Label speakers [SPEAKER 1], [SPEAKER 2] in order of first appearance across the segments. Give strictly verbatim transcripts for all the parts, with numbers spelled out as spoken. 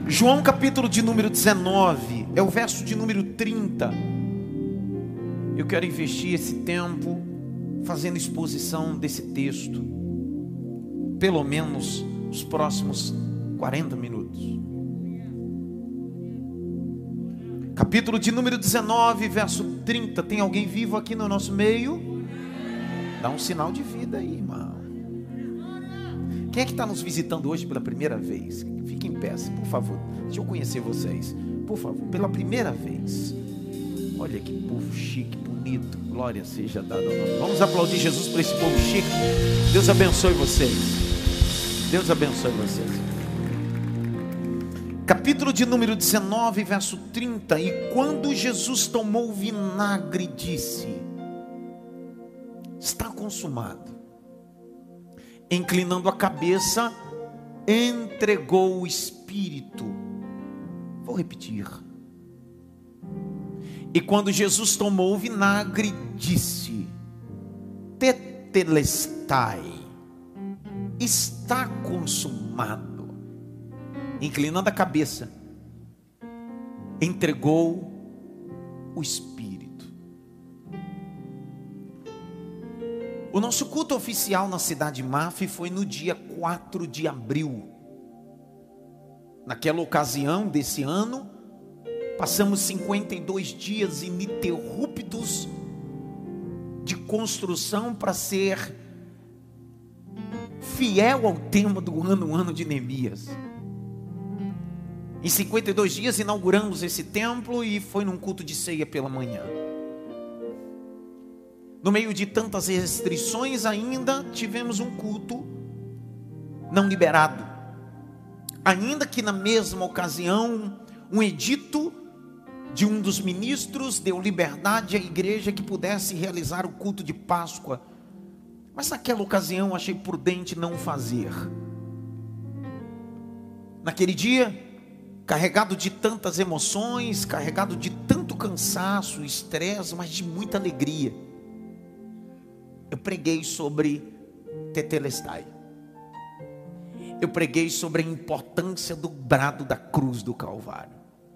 [SPEAKER 1] João capítulo de número dezenove, é o verso de número trinta. Eu quero investir esse tempo fazendo exposição desse texto, pelo menos os próximos quarenta minutos. Capítulo de número dezenove, verso trinta. Tem alguém vivo aqui no nosso meio? Dá um sinal de vida aí, irmão. Quem é que está nos visitando hoje pela primeira vez? Fique em pé, por favor. Deixa eu conhecer vocês. Por favor, pela primeira vez. Olha que povo chique, bonito. Glória seja dada ao nome. Vamos aplaudir Jesus por esse povo chique. Deus abençoe vocês. Deus abençoe vocês. Capítulo de número dezenove, verso trinta. E quando Jesus tomou o vinagre, disse: está consumado. Inclinando a cabeça, entregou o espírito. Vou repetir. E quando Jesus tomou o vinagre, disse: tetelestai, está consumado. Inclinando a cabeça, entregou o espírito. O nosso culto oficial na cidade de Maf foi no dia quatro de abril. Naquela ocasião desse ano, passamos cinquenta e dois dias ininterruptos de construção para ser fiel ao tema do ano, o ano de Neemias. Em cinquenta e dois dias inauguramos esse templo e foi num culto de ceia pela manhã. No meio de tantas restrições ainda tivemos um culto não liberado. Ainda que na mesma ocasião um edito de um dos ministros deu liberdade à igreja que pudesse realizar o culto de Páscoa. Mas naquela ocasião achei prudente não fazer. Naquele dia, carregado de tantas emoções, carregado de tanto cansaço, estresse, mas de muita alegria, eu preguei sobre tetelestai. Eu preguei sobre a importância do brado da cruz do Calvário.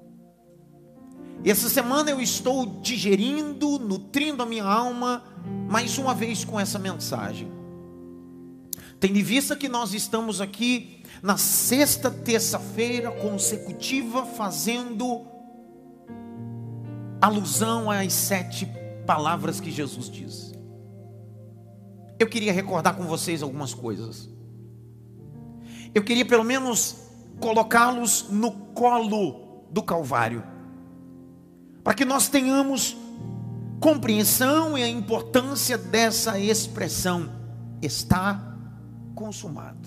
[SPEAKER 1] E essa semana eu estou digerindo, nutrindo a minha alma, mais uma vez com essa mensagem. Tendo em vista que nós estamos aqui na sexta terça-feira consecutiva, fazendo alusão às sete palavras que Jesus diz. Eu queria recordar com vocês algumas coisas. Eu queria pelo menos colocá-los no colo do Calvário, para que nós tenhamos compreensão e a importância dessa expressão: está consumado.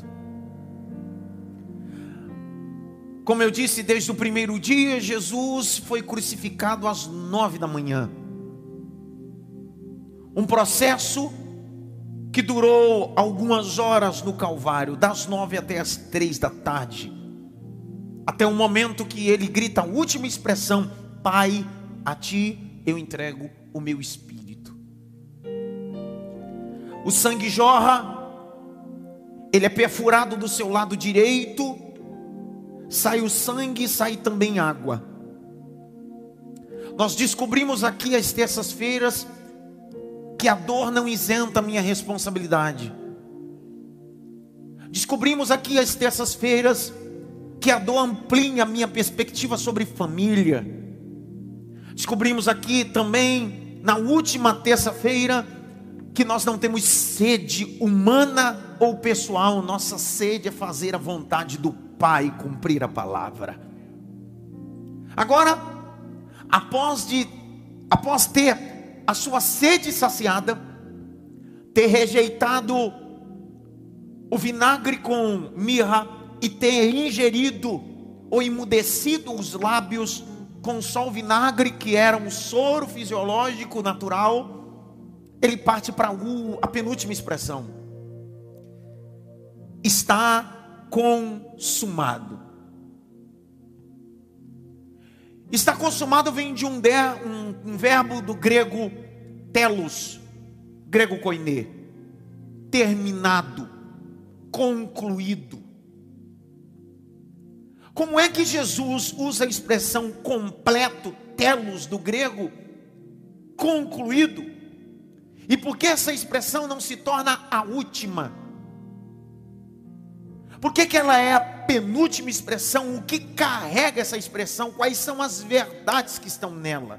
[SPEAKER 1] Como eu disse, desde o primeiro dia, Jesus foi crucificado às nove da manhã. Um processo que durou algumas horas no Calvário, das nove até as três da tarde, até o momento que ele grita a última expressão: Pai, a ti eu entrego o meu espírito. O sangue jorra, ele é perfurado do seu lado direito, sai o sangue, sai também água. Nós descobrimos aqui às terças-feiras que a dor não isenta a minha responsabilidade. Descobrimos aqui às terças-feiras que a dor amplia a minha perspectiva sobre família. Descobrimos aqui também, na última terça-feira, que nós não temos sede humana ou pessoal. Nossa sede é fazer a vontade do Pai, cumprir a palavra. Agora, após, de, após ter a sua sede saciada, ter rejeitado o vinagre com mirra e ter ingerido ou emudecido os lábios com só o vinagre, que era um soro fisiológico natural, ele parte para a penúltima expressão: está consumado. Está consumado vem de um, de, um, um verbo do grego telos, grego koiné, terminado, concluído. Como é que Jesus usa a expressão completo, telos do grego, concluído? E por que essa expressão não se torna a última? Por que que ela é a penúltima expressão? O que carrega essa expressão? Quais são as verdades que estão nela?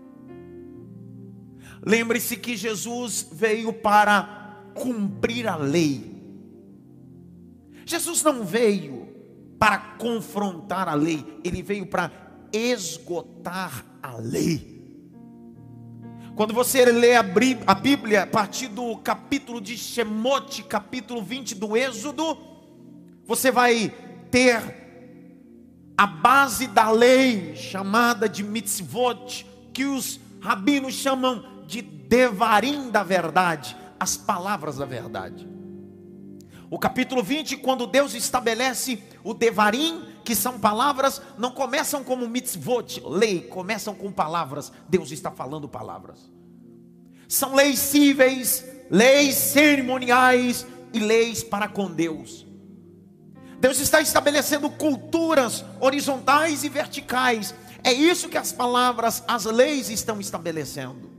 [SPEAKER 1] Lembre-se que Jesus veio para cumprir a lei. Jesus não veio para confrontar a lei, ele veio para esgotar a lei. Quando você lê a Bíblia a partir do capítulo de Shemote, capítulo vinte do Êxodo, você vai ter a base da lei chamada de mitzvot, que os rabinos chamam de devarim da verdade, as palavras da verdade. O capítulo vinte, quando Deus estabelece o devarim, que são palavras, não começam como mitzvot, lei, começam com palavras. Deus está falando palavras. São leis cíveis, leis cerimoniais e leis para com Deus. Deus está estabelecendo culturas horizontais e verticais. É isso que as palavras, as leis estão estabelecendo.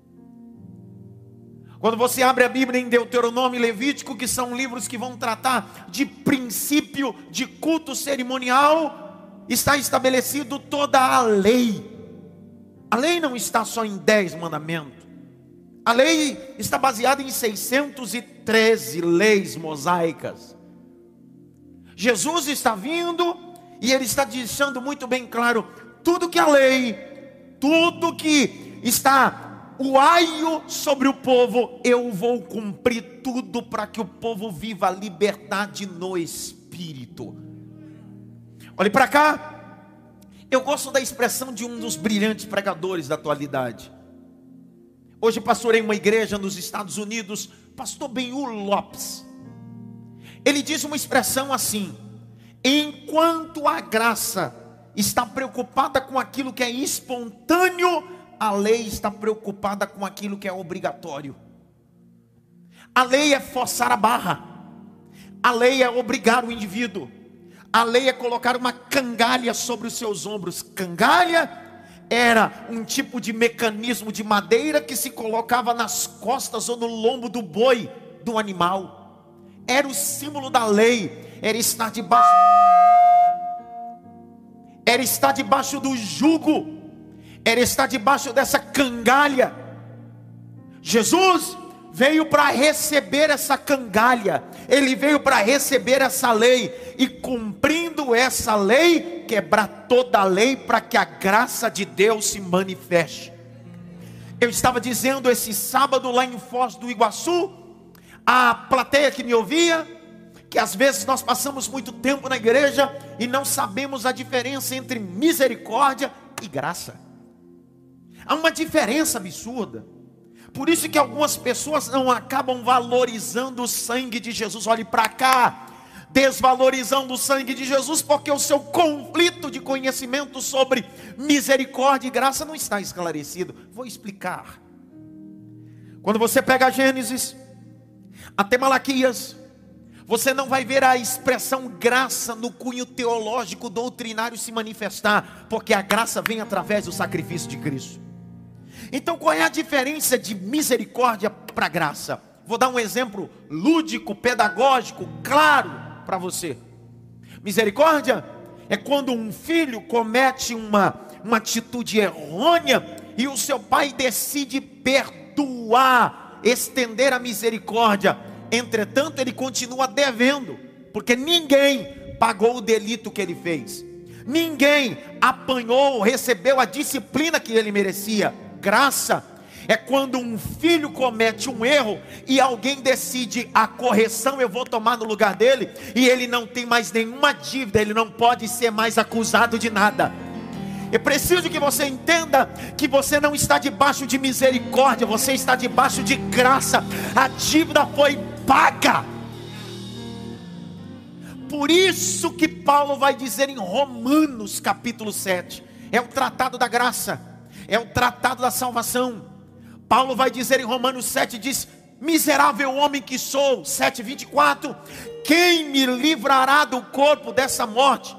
[SPEAKER 1] Quando você abre a Bíblia em Deuteronômio e Levítico, que são livros que vão tratar de princípio de culto cerimonial, está estabelecido toda a lei. A lei não está só em dez mandamentos. A lei está baseada em seiscentas e treze leis mosaicas. Jesus está vindo e ele está deixando muito bem claro tudo que a lei, tudo que está o aio sobre o povo, eu vou cumprir tudo para que o povo viva a liberdade no Espírito. Olhe para cá. Eu gosto da expressão de um dos brilhantes pregadores da atualidade. Hoje pastorei uma igreja nos Estados Unidos, pastor Ben-Hur Lopes. Ele diz uma expressão assim: enquanto a graça está preocupada com aquilo que é espontâneo, a lei está preocupada com aquilo que é obrigatório. A lei é forçar a barra. A lei é obrigar o indivíduo. A lei é colocar uma cangalha sobre os seus ombros. Cangalha era um tipo de mecanismo de madeira que se colocava nas costas ou no lombo do boi, do animal. Era o símbolo da lei. Era estar debaixo Era estar debaixo do jugo. Era estar debaixo dessa cangalha. Jesus veio para receber essa cangalha. Ele veio para receber essa lei. E cumprindo essa lei, quebrar toda a lei para que a graça de Deus se manifeste. Eu estava dizendo esse sábado lá em Foz do Iguaçu, a plateia que me ouvia, que às vezes nós passamos muito tempo na igreja e não sabemos a diferença entre misericórdia e graça. Há uma diferença absurda. Por isso que algumas pessoas não acabam valorizando o sangue de Jesus. Olhe para cá, desvalorizando o sangue de Jesus, porque o seu conflito de conhecimento sobre misericórdia e graça não está esclarecido. Vou explicar. Quando você pega Gênesis até Malaquias, você não vai ver a expressão graça no cunho teológico doutrinário se manifestar, porque a graça vem através do sacrifício de Cristo. Então qual é a diferença de misericórdia para graça? Vou dar um exemplo lúdico, pedagógico, claro para você. Misericórdia é quando um filho comete uma, uma atitude errônea e o seu pai decide perdoar, estender a misericórdia. Entretanto, ele continua devendo, porque ninguém pagou o delito que ele fez. Ninguém apanhou, recebeu a disciplina que ele merecia. Graça é quando um filho comete um erro e alguém decide a correção eu vou tomar no lugar dele, e ele não tem mais nenhuma dívida, ele não pode ser mais acusado de nada. É preciso que você entenda que você não está debaixo de misericórdia, você está debaixo de graça. A dívida foi paga. Por isso que Paulo vai dizer em Romanos capítulo sete, é o tratado da graça, é o tratado da salvação. Paulo vai dizer em Romanos sete, diz: miserável homem que sou, sete, vinte e quatro, quem me livrará do corpo dessa morte?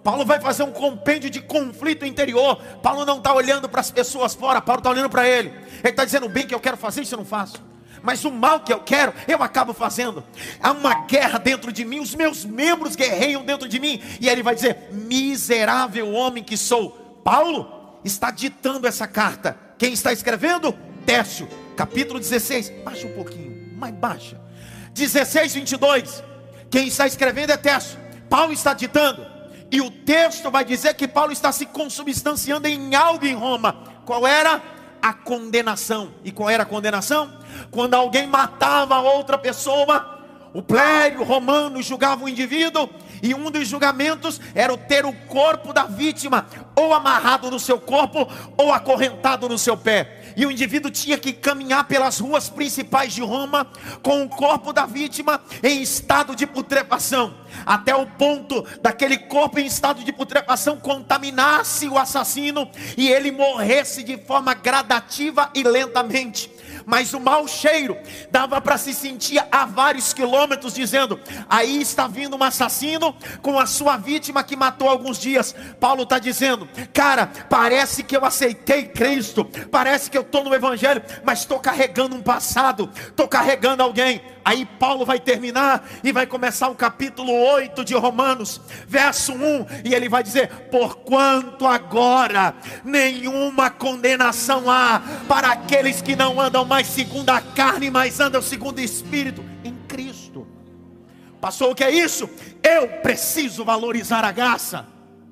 [SPEAKER 1] Paulo vai fazer um compêndio de conflito interior. Paulo não está olhando para as pessoas fora, Paulo está olhando para ele. Ele está dizendo: o bem que eu quero fazer, isso eu não faço, mas o mal que eu quero, eu acabo fazendo. Há uma guerra dentro de mim, os meus membros guerreiam dentro de mim. E ele vai dizer: miserável homem que sou. Paulo está ditando essa carta. Quem está escrevendo? Tércio, capítulo dezesseis. Baixa um pouquinho, mais baixa. dezesseis, vinte e dois. Quem está escrevendo é Tércio. Paulo está ditando. E o texto vai dizer que Paulo está se consubstanciando em algo em Roma. Qual era? A condenação. E qual era a condenação? Quando alguém matava outra pessoa, o plébeo romano julgava o indivíduo, e um dos julgamentos era o ter o corpo da vítima ou amarrado no seu corpo, ou acorrentado no seu pé. E o indivíduo tinha que caminhar pelas ruas principais de Roma com o corpo da vítima em estado de putrefação, até o ponto daquele corpo em estado de putrefação contaminasse o assassino e ele morresse de forma gradativa e lentamente. Mas o mau cheiro dava para se sentir a vários quilômetros, dizendo: aí está vindo um assassino com a sua vítima que matou há alguns dias. Paulo está dizendo: cara, parece que eu aceitei Cristo, parece que eu estou no Evangelho, mas estou carregando um passado, estou carregando alguém. Aí Paulo vai terminar e vai começar o capítulo oito de Romanos, verso um, e ele vai dizer: porquanto agora nenhuma condenação há para aqueles que não andam mais segundo a carne, mas andam segundo o Espírito, em Cristo. Passou o que é isso? Eu preciso valorizar a graça.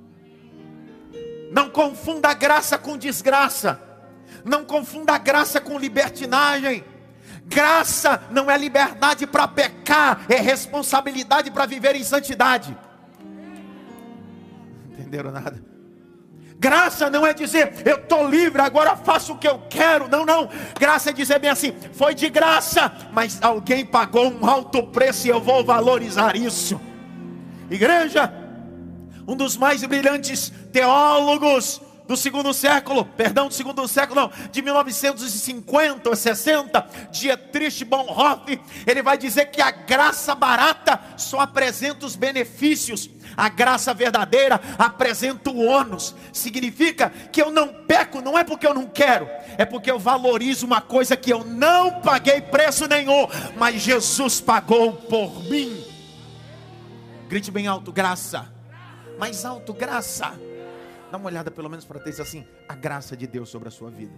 [SPEAKER 1] Não confunda a graça com desgraça. Não confunda a graça com libertinagem. Graça não é liberdade para pecar, é responsabilidade para viver em santidade. Entenderam nada? Graça não é dizer: eu estou livre, agora faço o que eu quero. Não, não. Graça é dizer bem assim: foi de graça, mas alguém pagou um alto preço e eu vou valorizar isso. Igreja, um dos mais brilhantes teólogos do segundo século, perdão, do segundo século não, de mil novecentos e cinquenta ou sessenta, Dietrich Bonhoeffer, ele vai dizer que a graça barata só apresenta os benefícios, a graça verdadeira apresenta o ônus. Significa que eu não peco, não é porque eu não quero, é porque eu valorizo uma coisa que eu não paguei preço nenhum, mas Jesus pagou por mim. Grite bem alto: graça. Mais alto: graça. Dá uma olhada pelo menos para ter assim: a graça de Deus sobre a sua vida.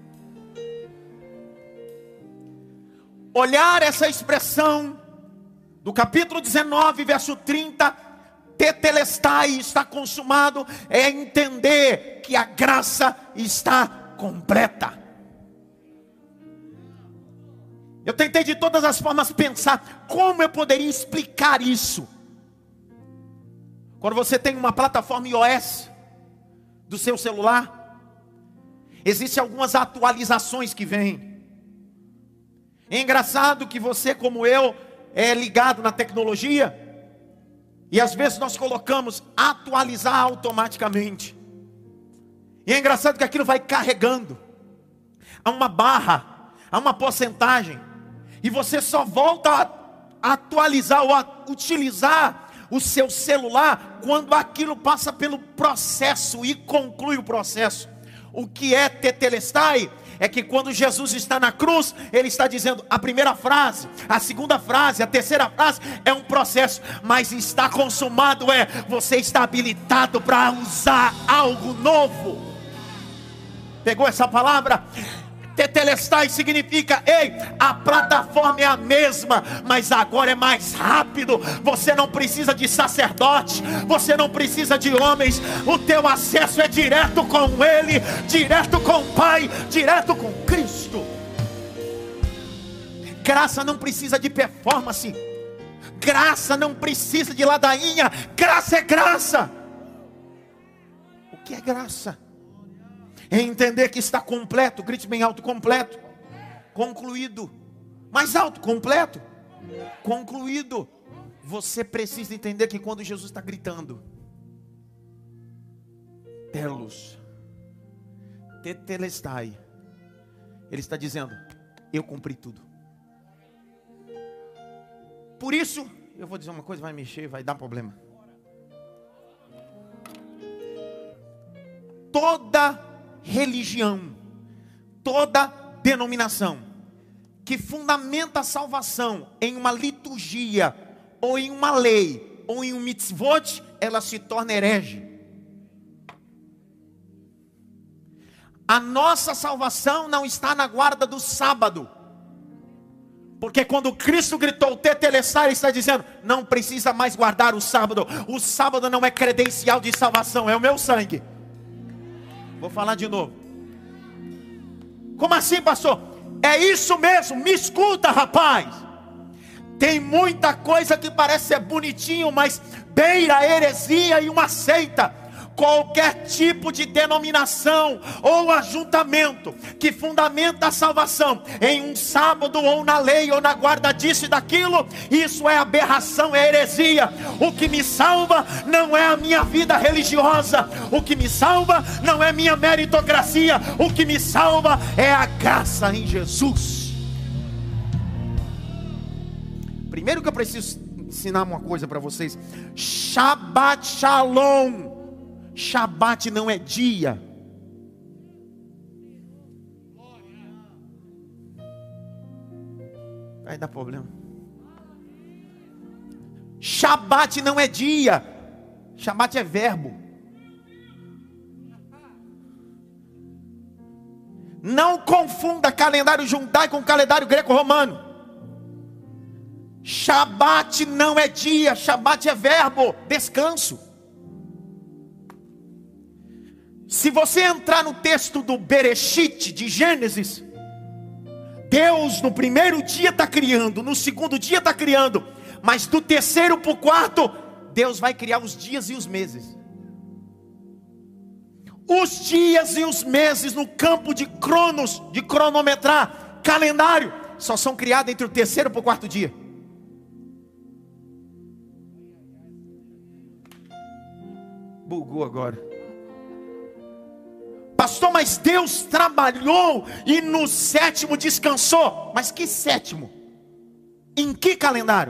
[SPEAKER 1] Olhar essa expressão do capítulo dezenove, verso trinta, tetelestai, está consumado, é entender que a graça está completa. Eu tentei de todas as formas pensar como eu poderia explicar isso. Quando você tem uma plataforma iOS do seu celular, existem algumas atualizações que vêm. É engraçado que você, como eu, é ligado na tecnologia, e às vezes nós colocamos atualizar automaticamente, e é engraçado que aquilo vai carregando, há uma barra, há uma porcentagem, e você só volta a atualizar ou a utilizar o seu celular quando aquilo passa pelo processo e conclui o processo. O que é tetelestai? É que quando Jesus está na cruz, Ele está dizendo a primeira frase, a segunda frase, a terceira frase, é um processo, mas está consumado, é, você está habilitado para usar algo novo. Pegou essa palavra? Tetelestai significa: ei, a plataforma é a mesma, mas agora é mais rápido. Você não precisa de sacerdote, você não precisa de homens, o teu acesso é direto com Ele, direto com o Pai, direto com Cristo. Graça não precisa de performance, graça não precisa de ladainha, graça é graça. O que é graça? É entender que está completo. Grite bem alto: completo, concluído. Mais alto: completo, concluído. Você precisa entender que quando Jesus está gritando telos, tetelestai, Ele está dizendo: eu cumpri tudo. Por isso, eu vou dizer uma coisa, vai mexer, vai dar problema. toda religião, toda denominação que fundamenta a salvação em uma liturgia, ou em uma lei, ou em um mitzvot, ela se torna herege. A nossa salvação não está na guarda do sábado. Porque quando Cristo gritou tetelestai, Ele está dizendo, não precisa mais guardar o sábado. O sábado não é credencial de salvação, é o meu sangue. Vou falar de novo. Como assim, pastor? É isso mesmo, me escuta, rapaz. Tem muita coisa que parece ser bonitinho, mas beira a heresia e uma seita. Qualquer tipo de denominação ou ajuntamento que fundamenta a salvação em um sábado, ou na lei, ou na guarda disso e daquilo, isso é aberração, é heresia. O que me salva não é a minha vida religiosa, o que me salva não é minha meritocracia, o que me salva é a graça em Jesus. Primeiro que eu preciso ensinar uma coisa para vocês: Shabbat Shalom. Shabat não é dia. Vai dar problema. Shabat não é dia. Shabat é verbo. Não confunda calendário judaico com calendário greco-romano. Shabat não é dia. Shabat é verbo, descanso. Se você entrar no texto do Bereshit, de Gênesis, Deus no primeiro dia está criando, no segundo dia está criando, mas do terceiro para o quarto, Deus vai criar os dias e os meses. Os dias e os meses no campo de cronos, de cronometrar, calendário, só são criados entre o terceiro para o quarto dia. Bugou agora. Pastor, mas Deus trabalhou e no sétimo descansou. Mas que sétimo? Em que calendário?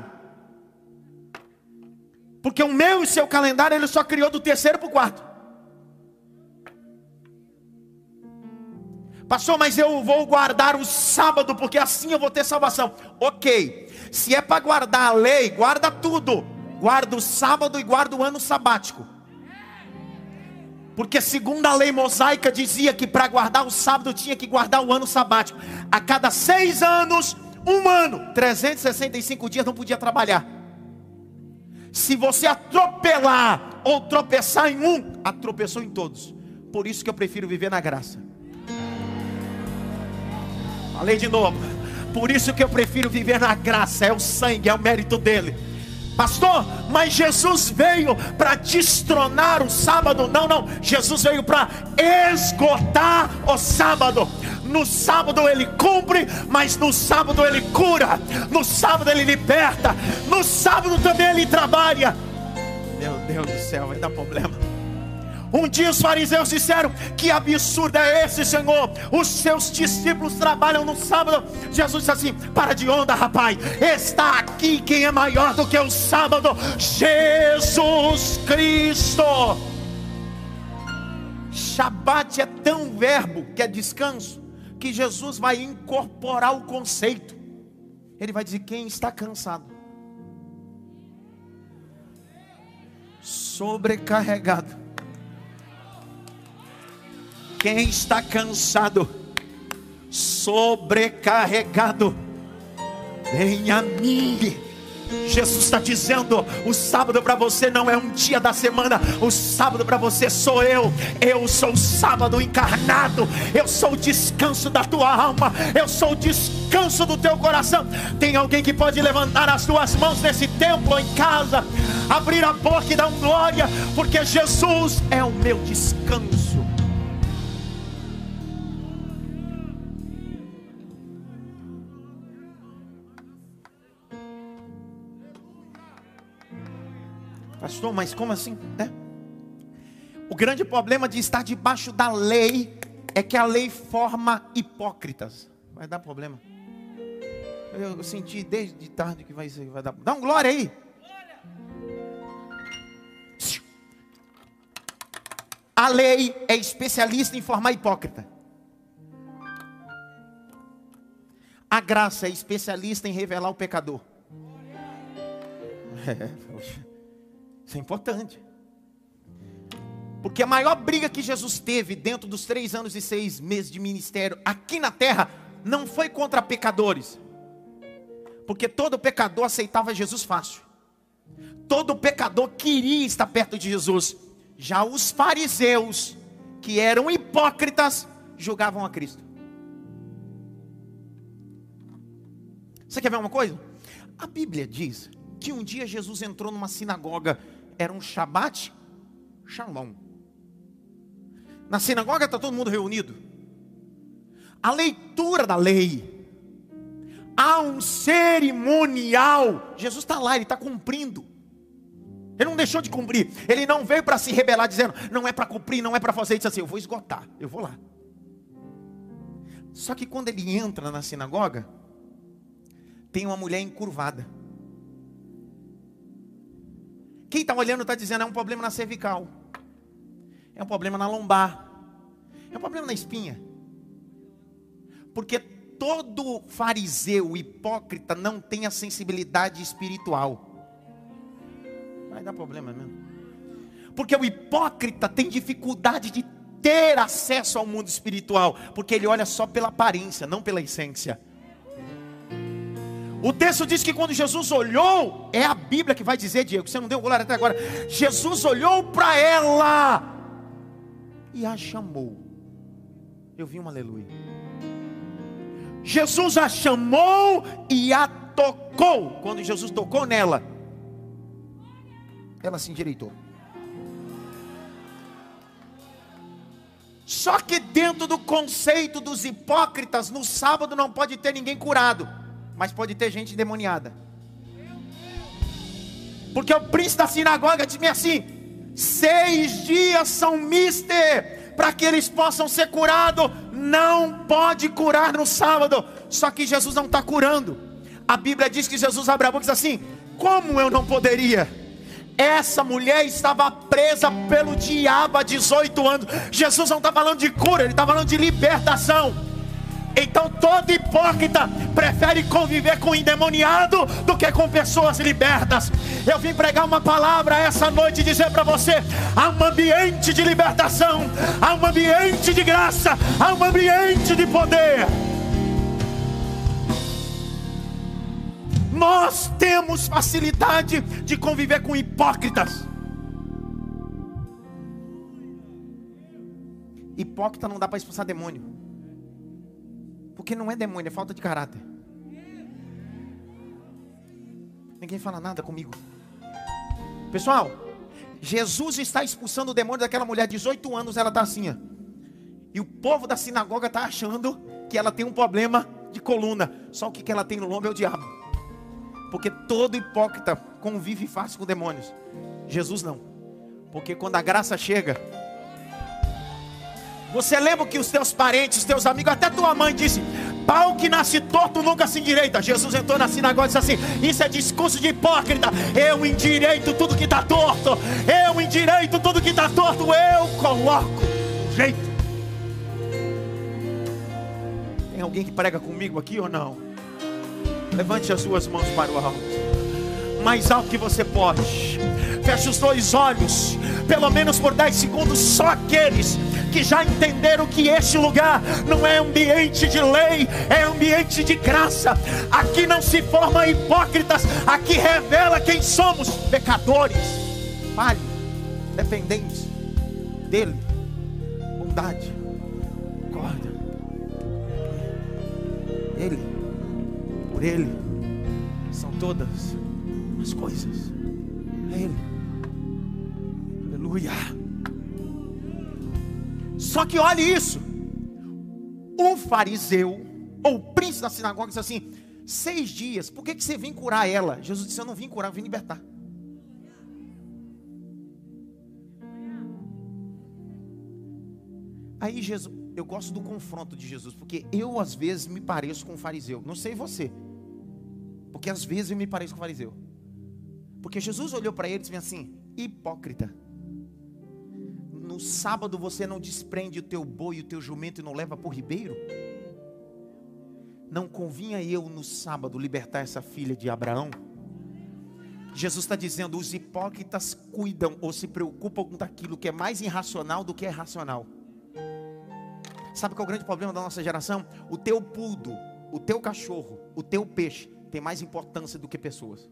[SPEAKER 1] Porque o meu e seu calendário, Ele só criou do terceiro para o quarto. Pastor, mas eu vou guardar o sábado, porque assim eu vou ter salvação. Ok, se é para guardar a lei, guarda tudo. Guarda o sábado e guarda o ano sabático. Porque segundo a lei mosaica dizia que para guardar o sábado tinha que guardar o ano sabático. A cada seis anos, um ano, trezentos e sessenta e cinco dias não podia trabalhar. Se você atropelar ou tropeçar em um, atropeçou em todos. Por isso que eu prefiro viver na graça. Falei de novo. Por isso que eu prefiro viver na graça. É o sangue, é o mérito dele. Pastor, mas Jesus veio para destronar o sábado. Não, não, Jesus veio para esgotar o sábado. No sábado Ele cumpre, mas no sábado Ele cura, no sábado Ele liberta, no sábado também Ele trabalha. Meu Deus do céu, vai dar problema. Um dia os fariseus disseram: que absurdo é esse, Senhor? Os seus discípulos trabalham no sábado. Jesus disse assim: para de onda, rapaz. Está aqui quem é maior do que o sábado: Jesus Cristo. Shabat é tão verbo, que é descanso, que Jesus vai incorporar o conceito. Ele vai dizer: quem está cansado, sobrecarregado, quem está cansado, sobrecarregado, vem a mim. Jesus está dizendo: o sábado para você não é um dia da semana, o sábado para você sou eu. Eu sou o sábado encarnado, eu sou o descanso da tua alma, eu sou o descanso do teu coração. Tem alguém que pode levantar as duas mãos nesse templo ou em casa, abrir a boca e dar um glória, porque Jesus é o meu descanso. Pastor, mas como assim? É. O grande problema de estar debaixo da lei é que a lei forma hipócritas. Vai dar problema. Eu senti desde tarde que vai, vai dar. Dá um glória aí. A A lei é especialista em formar hipócrita. A graça é especialista em revelar o pecador. É, poxa, isso é importante. Porque a maior briga que Jesus teve dentro dos três anos e seis meses de ministério aqui na terra não foi contra pecadores. Porque todo pecador aceitava Jesus fácil. Todo pecador queria estar perto de Jesus. Já os fariseus, que eram hipócritas, julgavam a Cristo. Você quer ver uma coisa? A Bíblia diz que um dia Jesus entrou numa sinagoga. Era um Shabat Shalom. Na sinagoga está todo mundo reunido. A leitura da lei. Há um cerimonial. Jesus está lá, ele está cumprindo. Ele não deixou de cumprir. Ele não veio para se rebelar dizendo, não é para cumprir, não é para fazer. Ele disse assim, eu vou esgotar, eu vou lá. Só que quando ele entra na sinagoga, tem uma mulher encurvada. Quem está olhando está dizendo, é um problema na cervical. É um problema na lombar. É um problema na espinha. Porque todo fariseu hipócrita não tem a sensibilidade espiritual. Vai dar problema mesmo. Porque o hipócrita tem dificuldade de ter acesso ao mundo espiritual. Porque ele olha só pela aparência, não pela essência. O texto diz que quando Jesus olhou, é a Bíblia que vai dizer, Diego, você não deu glória até agora. Jesus olhou para ela e a chamou. Eu vi um aleluia. Jesus a chamou e a tocou. Quando Jesus tocou nela, ela se endireitou. Só que dentro do conceito dos hipócritas, no sábado não pode ter ninguém curado, mas pode ter gente endemoniada. Porque o príncipe da sinagoga disse assim, seis dias são mister, para que eles possam ser curados. Não pode curar no sábado. Só que Jesus não está curando. A Bíblia diz que Jesus abre a boca e diz assim, como eu não poderia? Essa mulher estava presa pelo diabo há dezoito anos. Jesus não está falando de cura, ele está falando de libertação. Então todo hipócrita prefere conviver com o endemoniado do que com pessoas libertas. Eu vim pregar uma palavra essa noite e dizer para você, há um ambiente de libertação, há um ambiente de graça, há um ambiente de poder. Nós temos facilidade de conviver com hipócritas. Hipócrita não dá para expulsar demônio. Porque não é demônio, é falta de caráter. Ninguém fala nada comigo. Pessoal, Jesus está expulsando o demônio daquela mulher, dezoito anos ela está assim, ó. E o povo da sinagoga está achando que ela tem um problema de coluna. Só o que ela tem no lombo é o diabo. Porque todo hipócrita convive fácil com demônios. Jesus não. Porque quando a graça chega, você lembra que os teus parentes, os teus amigos, até tua mãe disse, pau que nasce torto nunca se endireita. Jesus entrou na sinagoga e disse assim, isso é discurso de hipócrita. Eu endireito tudo que está torto. Eu endireito tudo que está torto. Eu coloco um jeito. Tem alguém que prega comigo aqui ou não? Levante as suas mãos para o alto, mais alto que você pode. Feche os dois olhos, pelo menos por dez segundos. Só aqueles que já entenderam que este lugar não é ambiente de lei, é ambiente de graça. Aqui não se formam hipócritas, aqui revela quem somos: pecadores, falhos, dependentes dele. Bondade, corda, ele, por ele são todas as coisas. É ele. Aleluia. Só que olhe isso. O fariseu, ou o príncipe da sinagoga, disse assim: seis dias, por que, que você vem curar ela? Jesus disse: eu não vim curar, eu vim libertar. Aí Jesus, eu gosto do confronto de Jesus, porque eu às vezes me pareço com um fariseu. Não sei você, porque às vezes eu me pareço com um fariseu. Porque Jesus olhou para ele e disse assim: hipócrita, no no sábado você não desprende o teu boi e o teu jumento e não leva para o ribeiro? Não convinha eu no sábado libertar essa filha de Abraão? Jesus está dizendo, os hipócritas cuidam ou se preocupam com aquilo que é mais irracional do que é racional. Sabe qual é o grande problema da nossa geração? O teu pudo, o teu cachorro, o teu peixe tem mais importância do que pessoas.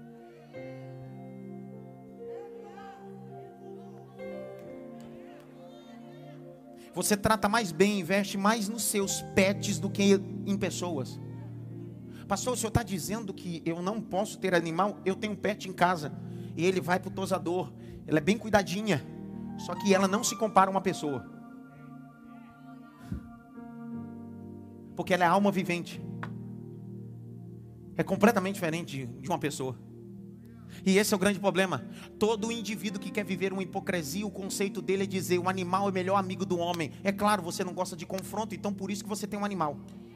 [SPEAKER 1] Você trata mais bem, investe mais nos seus pets do que em pessoas. Pastor, o senhor está dizendo que eu não posso ter animal? Eu tenho um pet em casa e ele vai para o tosador. Ela é bem cuidadinha, só que ela não se compara a uma pessoa, porque ela é alma vivente. É completamente diferente de uma pessoa. E esse é o grande problema. Todo indivíduo que quer viver uma hipocrisia, o conceito dele é dizer, o animal é o melhor amigo do homem. É claro, você não gosta de confronto, então por isso que você tem um animal.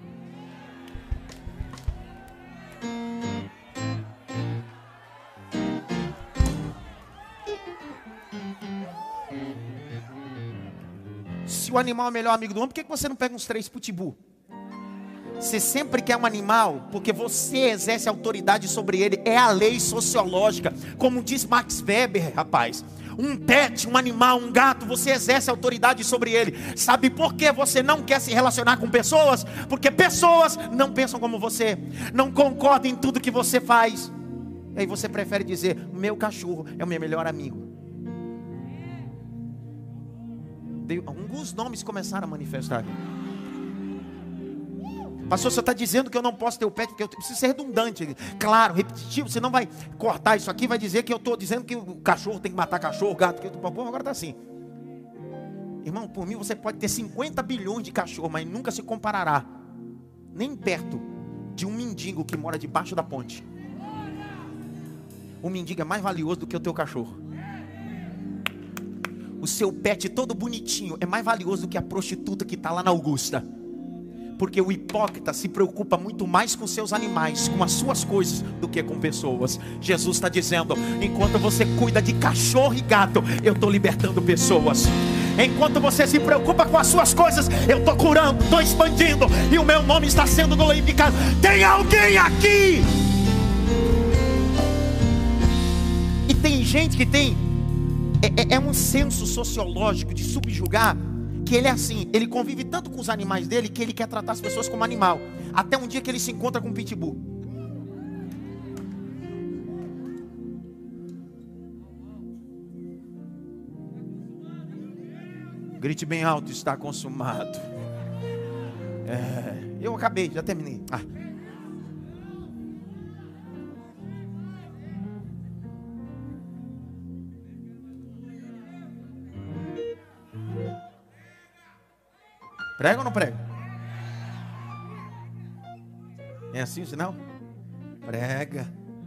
[SPEAKER 1] Se o animal é o melhor amigo do homem, por que você não pega uns três pitbull? Você sempre quer um animal, porque você exerce autoridade sobre ele. É a lei sociológica. Como diz Max Weber, rapaz. Um pet, um animal, um gato, você exerce autoridade sobre ele. Sabe por que você não quer se relacionar com pessoas? Porque pessoas não pensam como você, não concordam em tudo que você faz. E aí você prefere dizer, meu cachorro é o meu melhor amigo. Alguns nomes começaram a manifestar. Pastor, você está dizendo que eu não posso ter o pet, porque eu preciso ser redundante. Claro, repetitivo, você não vai cortar isso aqui, vai dizer que eu estou dizendo que o cachorro tem que matar cachorro, gato, que eu tô, agora está assim. Irmão, por mim você pode ter cinquenta bilhões de cachorros, mas nunca se comparará, nem perto, de um mendigo que mora debaixo da ponte. O mendigo é mais valioso do que o teu cachorro. O seu pet todo bonitinho é mais valioso do que a prostituta que está lá na Augusta. Porque o hipócrita se preocupa muito mais com seus animais, com as suas coisas, do que com pessoas. Jesus está dizendo, enquanto você cuida de cachorro e gato, eu estou libertando pessoas. Enquanto você se preocupa com as suas coisas, eu estou curando, estou expandindo, e o meu nome está sendo glorificado. Tem alguém aqui? E tem gente que tem é, é, é um senso sociológico de subjugar, que ele é assim, ele convive tanto com os animais dele, que ele quer tratar as pessoas como animal, até um dia que ele se encontra com um pitbull. Grite bem alto, está consumado. É, eu acabei, já terminei. Ah. Prega ou não prega? É assim o sinal? Prega.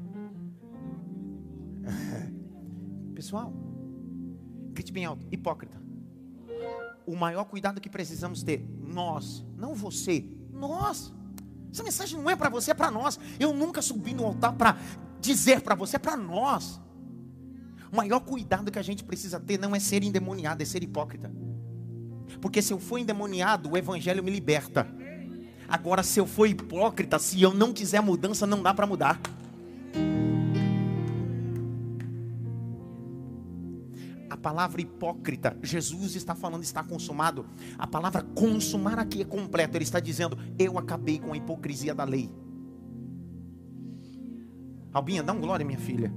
[SPEAKER 1] Pessoal, grite bem alto, hipócrita. O maior cuidado que precisamos ter, nós, não você, nós. Essa mensagem não é para você, é para nós. Eu nunca subi no altar para dizer para você, é para nós. O maior cuidado que a gente precisa ter não é ser endemoniado, é ser hipócrita. Porque se eu for endemoniado, o evangelho me liberta. Agora, se eu for hipócrita, se eu não quiser mudança, não dá para mudar. A palavra hipócrita, Jesus está falando, está consumado. A palavra consumar aqui é completo. Ele está dizendo, eu acabei com a hipocrisia da lei. Albinha, dá um glória, minha filha.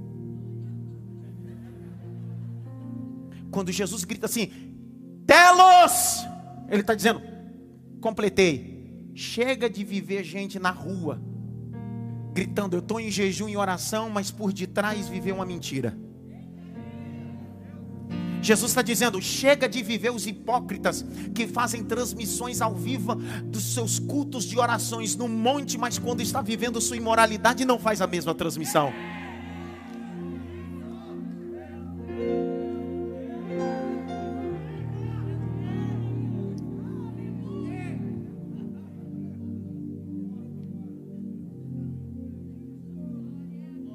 [SPEAKER 1] Quando Jesus grita assim, telos, ele está dizendo, completei. Chega de viver gente na rua gritando, eu estou em jejum e oração, mas por detrás viver uma mentira. Jesus está dizendo, chega de viver os hipócritas que fazem transmissões ao vivo dos seus cultos de orações no monte, mas quando está vivendo sua imoralidade não faz a mesma transmissão.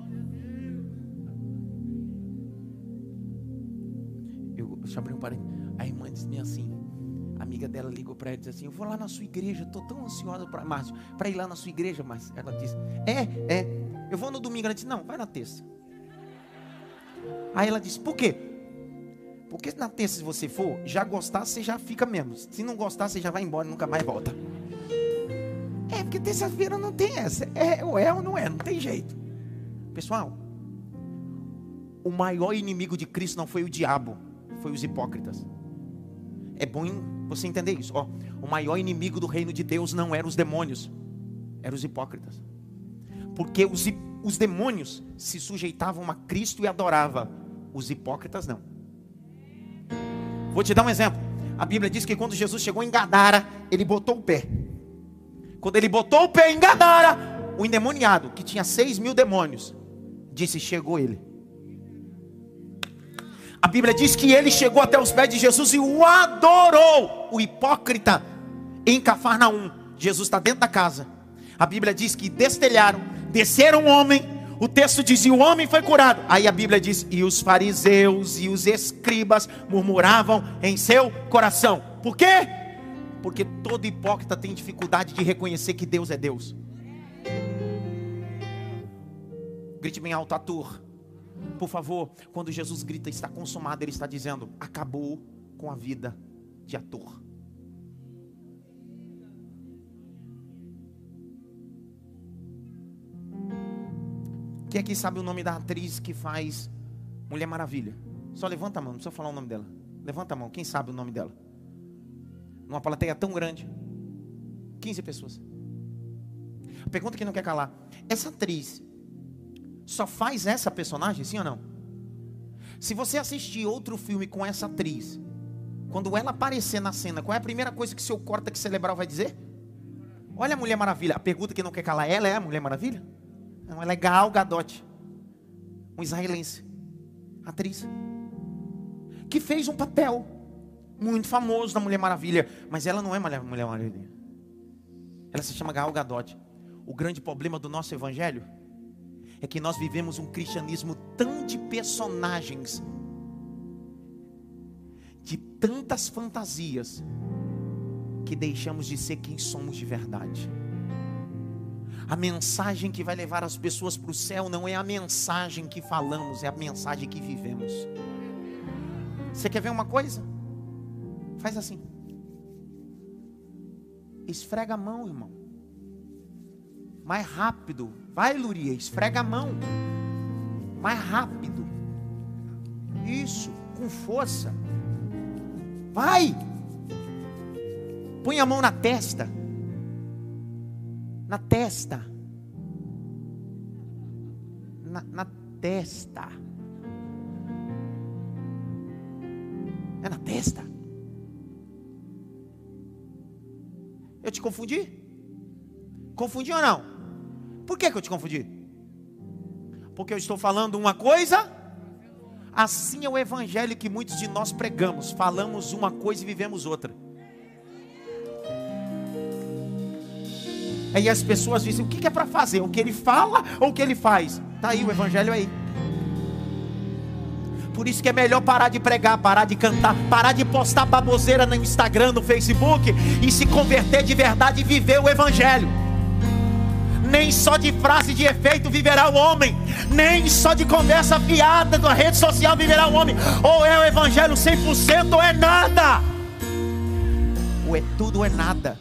[SPEAKER 1] Deixa eu abrir um parênteses. A irmã disse assim, a amiga dela ligou para ela e disse assim: eu vou lá na sua igreja, estou tão ansiosa para Márcio, para ir lá na sua igreja. Mas ela disse: é, é, eu vou no domingo. Ela disse: não, vai na terça. Aí ela disse: por quê? Porque na terça, se você for, já gostar, você já fica mesmo. Se não gostar, você já vai embora e nunca mais volta. É, porque terça-feira não tem essa. É ou é ou não é, não tem jeito. Pessoal, o maior inimigo de Cristo não foi o diabo, foi os hipócritas. É bom você entender isso. Ó, o maior inimigo do reino de Deus não eram os demônios, eram os hipócritas. Porque os, os demônios se sujeitavam a Cristo e adoravam. Os hipócritas não. Vou te dar um exemplo. A Bíblia diz que quando Jesus chegou em Gadara, ele botou o pé. Quando ele botou o pé em Gadara, o endemoniado, que tinha seis mil demônios, disse: chegou ele. A Bíblia diz que ele chegou até os pés de Jesus e o adorou. O hipócrita em Cafarnaum. Jesus está dentro da casa. A Bíblia diz que destelharam, desceram um homem. O texto diz: e o homem foi curado. Aí a Bíblia diz: e os fariseus e os escribas murmuravam em seu coração. Por quê? Porque todo hipócrita tem dificuldade de reconhecer que Deus é Deus. Grite bem alto, ator. Por favor, quando Jesus grita está consumado, ele está dizendo: acabou com a vida de ator. Quem aqui sabe o nome da atriz que faz Mulher Maravilha? Só levanta a mão, não precisa falar o nome dela. Levanta a mão, quem sabe o nome dela? Numa plateia tão grande, quinze pessoas. Pergunta que não quer calar: essa atriz só faz essa personagem, sim ou não? Se você assistir outro filme com essa atriz, quando ela aparecer na cena, qual é a primeira coisa que seu córtex cerebral vai dizer? Olha a Mulher Maravilha. A pergunta que não quer calar: ela é a Mulher Maravilha? Não, ela é Gal Gadot, um israelense, atriz, que fez um papel muito famoso da Mulher Maravilha. Mas ela não é Mulher, Mulher Maravilha. Ela se chama Gal Gadot. O grande problema do nosso evangelho é que nós vivemos um cristianismo tão de personagens, de tantas fantasias, que deixamos de ser quem somos de verdade. A mensagem que vai levar as pessoas para o céu não é a mensagem que falamos, é a mensagem que vivemos. Você quer ver uma coisa? Faz assim. Esfrega a mão, irmão. Mais rápido. Vai, Luria, esfrega a mão. Mais rápido. Isso, com força. Vai. Põe a mão na testa. Na testa. Na, na testa. É na testa. Eu te confundi? Confundi ou não? Por que que eu te confundi? Porque eu estou falando uma coisa. Assim é o evangelho que muitos de nós pregamos. Falamos uma coisa e vivemos outra. Aí as pessoas dizem: o que é para fazer? O que ele fala ou o que ele faz? Está aí o evangelho aí. Por isso que é melhor parar de pregar, parar de cantar, parar de postar baboseira no Instagram, no Facebook, e se converter de verdade e viver o evangelho. Nem só de frase de efeito viverá o homem, nem só de conversa fiada na rede social viverá o homem. Ou é o evangelho cem por cento ou é nada. Ou é tudo ou é nada.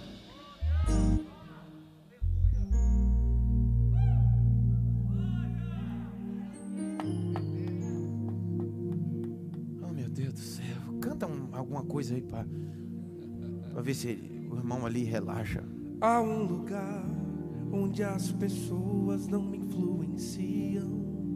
[SPEAKER 1] Alguma coisa aí para ver se o irmão ali relaxa.
[SPEAKER 2] Há um lugar onde as pessoas não me influenciam.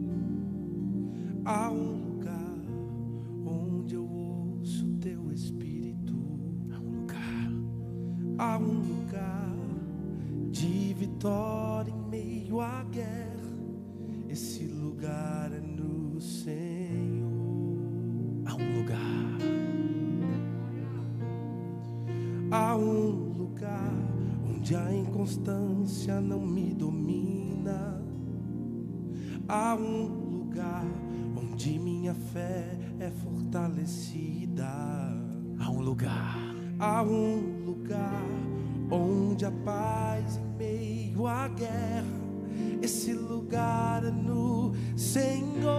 [SPEAKER 2] Há um lugar onde eu ouço teu espírito.
[SPEAKER 1] Há um lugar.
[SPEAKER 2] Há um lugar de vitória em meio à guerra. Esse lugar é no Senhor.
[SPEAKER 1] Há um lugar.
[SPEAKER 2] Há um lugar onde a inconstância não me domina. Há um lugar onde minha fé é fortalecida.
[SPEAKER 1] Há um lugar.
[SPEAKER 2] Há um lugar onde há paz em meio à guerra. Esse lugar é no Senhor.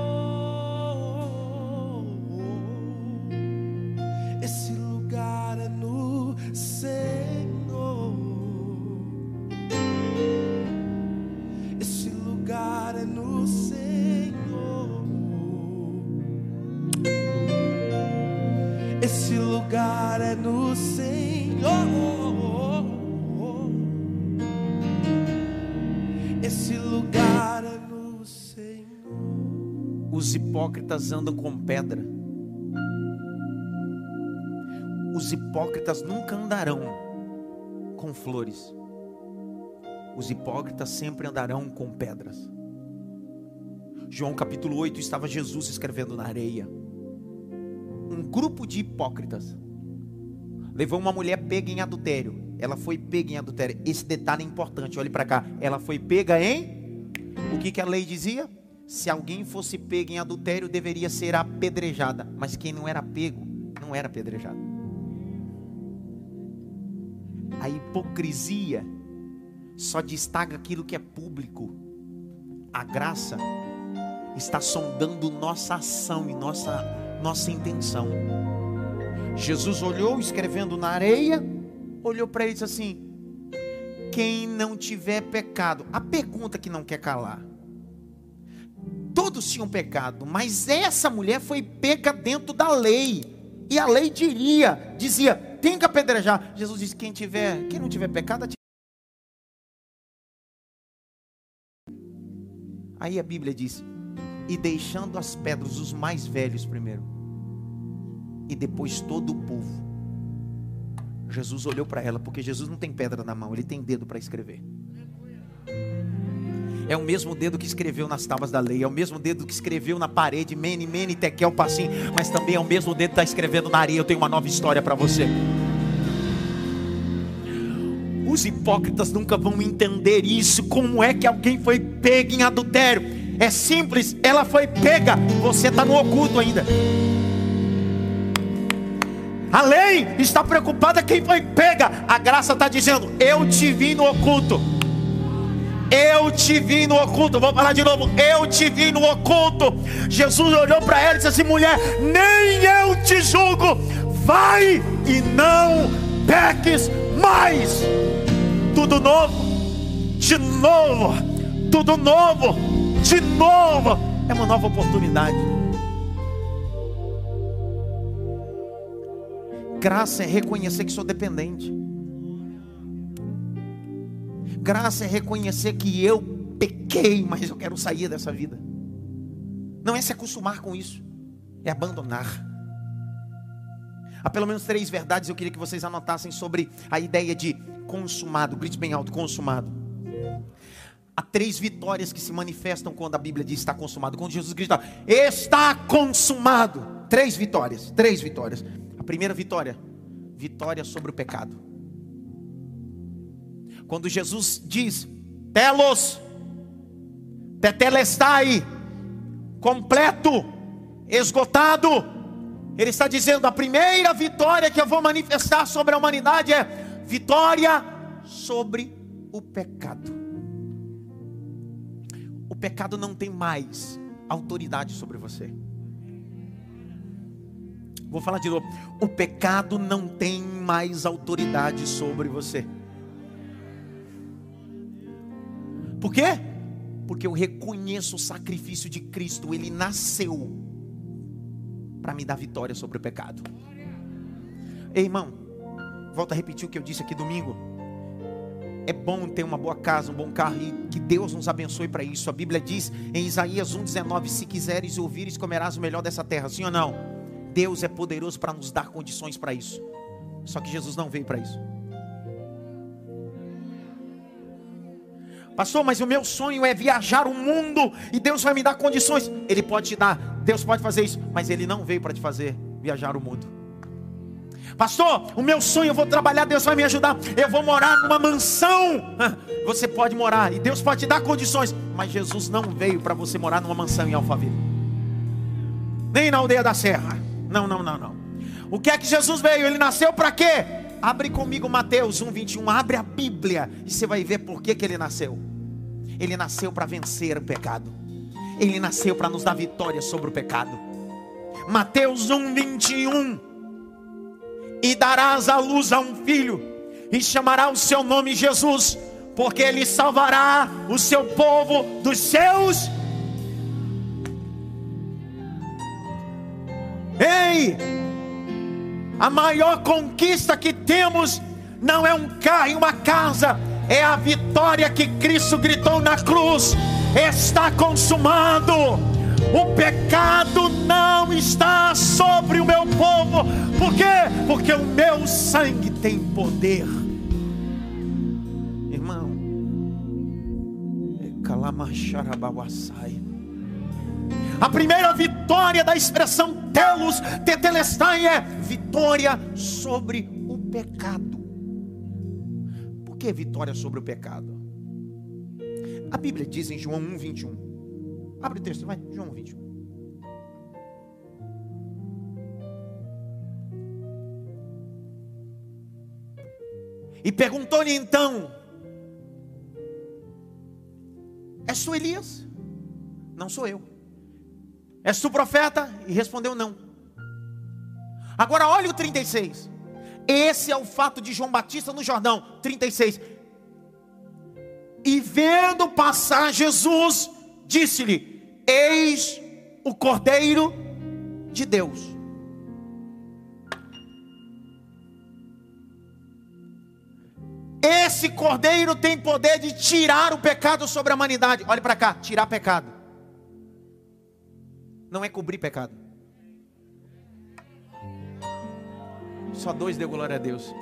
[SPEAKER 2] Esse lugar é no Senhor. Esse lugar é no Senhor. Esse lugar é no Senhor. Esse lugar é no Senhor.
[SPEAKER 1] Os hipócritas andam com pedra. Os hipócritas nunca andarão com flores. Os hipócritas sempre andarão com pedras. João capítulo oito, estava Jesus escrevendo na areia. Um grupo de hipócritas levou uma mulher pega em adultério. Ela foi pega em adultério. Esse detalhe é importante, olhe para cá. Ela foi pega em... O que, que a lei dizia? Se alguém fosse pego em adultério, deveria ser apedrejada. Mas quem não era pego, não era apedrejado. A hipocrisia só destaca aquilo que é público. A graça está sondando nossa ação e nossa, nossa intenção. Jesus olhou, escrevendo na areia, olhou para ele e disse assim: quem não tiver pecado. A pergunta que não quer calar. Todos tinham pecado, mas essa mulher foi pega dentro da lei. E a lei diria, dizia, tem que apedrejar. Jesus disse, quem tiver, quem não tiver pecado, atire. Aí a Bíblia diz, e deixando as pedras, os mais velhos primeiro, e depois todo o povo. Jesus olhou para ela, porque Jesus não tem pedra na mão, ele tem dedo para escrever. É o mesmo dedo que escreveu nas tábuas da lei, é o mesmo dedo que escreveu na parede, mene, mene, tekel, passim, mas também é o mesmo dedo que está escrevendo na areia. Eu tenho uma nova história para você. Os hipócritas nunca vão entender isso. Como é que alguém foi pego em adultério? É simples, ela foi pega, você está no oculto ainda. A lei está preocupada quem foi pega. A graça está dizendo, eu te vi no oculto. Eu te vi no oculto. Vou falar de novo, eu te vi no oculto. Jesus olhou para ela e disse assim, mulher, nem eu te julgo, vai e não peques mais. Tudo novo, de novo, tudo novo, de novo. É uma nova oportunidade. Graça é reconhecer que sou dependente. Graça é reconhecer que eu pequei, mas eu quero sair dessa vida. Não é se acostumar com isso, é abandonar. Há pelo menos três verdades eu queria que vocês anotassem sobre a ideia de consumado. Grite bem alto, consumado. Há três vitórias que se manifestam quando a Bíblia diz está consumado. Quando Jesus grita, está consumado. Três vitórias, três vitórias. A primeira vitória, vitória sobre o pecado. Quando Jesus diz, telos, tetelestai, completo, esgotado, Ele está dizendo, a primeira vitória que eu vou manifestar sobre a humanidade é vitória sobre o pecado. O pecado não tem mais autoridade sobre você. Vou falar de novo. O pecado não tem mais autoridade sobre você. Por quê? Porque eu reconheço o sacrifício de Cristo. Ele nasceu para me dar vitória sobre o pecado. Ei, irmão, volto a repetir o que eu disse aqui domingo. É bom ter uma boa casa, um bom carro, e que Deus nos abençoe para isso. A Bíblia diz em Isaías um, dezenove, se quiseres e ouvires, comerás o melhor dessa terra. Sim ou não? Deus é poderoso para nos dar condições para isso. Só que Jesus não veio para isso. Pastor, mas o meu sonho é viajar o mundo e Deus vai me dar condições. Ele pode te dar, Deus pode fazer isso, mas Ele não veio para te fazer viajar o mundo. Pastor, o meu sonho, eu vou trabalhar, Deus vai me ajudar, eu vou morar numa mansão. Você pode morar e Deus pode te dar condições, mas Jesus não veio para você morar numa mansão em Alphaville, nem na aldeia da Serra. Não, não, não, não. O que é que Jesus veio? Ele nasceu para quê? Abre comigo Mateus um, vinte e um. Abre a Bíblia e você vai ver por que que ele nasceu. Ele nasceu para vencer o pecado. Ele nasceu para nos dar vitória sobre o pecado. Mateus um, vinte e um. E darás à luz a um filho, e chamará o seu nome Jesus, porque ele salvará o seu povo dos seus. Ei, a maior conquista que temos não é um carro e uma casa, é a vitória que Cristo gritou na cruz: está consumado. O pecado não está sobre o meu povo. Por quê? Porque o meu sangue tem poder. Irmão, a primeira vitória da expressão telos, tetelestai, é vitória sobre o pecado. Por que vitória sobre o pecado? A Bíblia diz em João um, vinte e um. Abre o texto, vai, João um, vinte e um. E perguntou-lhe então: és tu Elias? Não sou eu. És tu profeta? E respondeu: não. Agora olha o trinta e seis. Esse é o fato de João Batista no Jordão. trinta e seis. E vendo passar Jesus, disse-lhe: eis o Cordeiro de Deus. Esse Cordeiro tem poder de tirar o pecado sobre a humanidade. Olhe para cá, tirar pecado não é cobrir pecado. Só dois deu glória a Deus.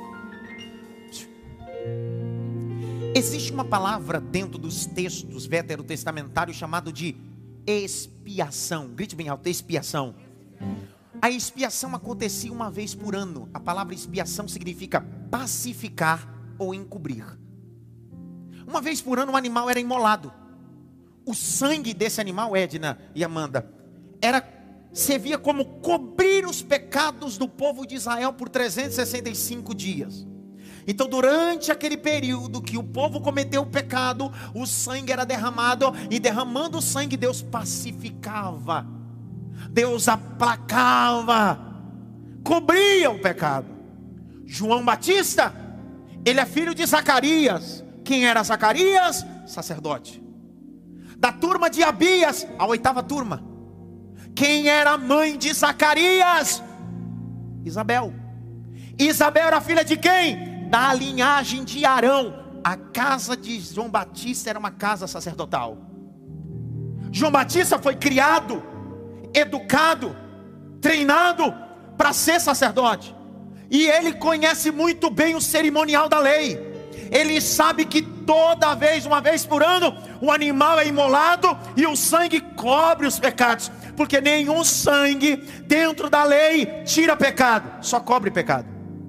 [SPEAKER 1] Existe uma palavra dentro dos textos veterotestamentários chamado de expiação. Grite bem alto: expiação. A expiação acontecia uma vez por ano. A palavra expiação significa pacificar ou encobrir. Uma vez por ano um animal era imolado. O sangue desse animal, Edna e Amanda, era, servia como cobrir os pecados do povo de Israel por trezentos e sessenta e cinco dias. Então, durante aquele período que o povo cometeu o pecado, o sangue era derramado, e derramando o sangue, Deus pacificava, Deus aplacava, cobria o pecado. João Batista, ele é filho de Zacarias. Quem era Zacarias? Sacerdote. Da turma de Abias, a oitava turma. Quem era a mãe de Zacarias? Isabel. Isabel era filha de quem? Da linhagem de Arão. A casa de João Batista era uma casa sacerdotal. João Batista foi criado, educado, treinado para ser sacerdote. E ele conhece muito bem o cerimonial da lei. Ele sabe que toda vez, uma vez por ano, o animal é imolado e o sangue cobre os pecados. Porque nenhum sangue dentro da lei tira pecado, só cobre pecado.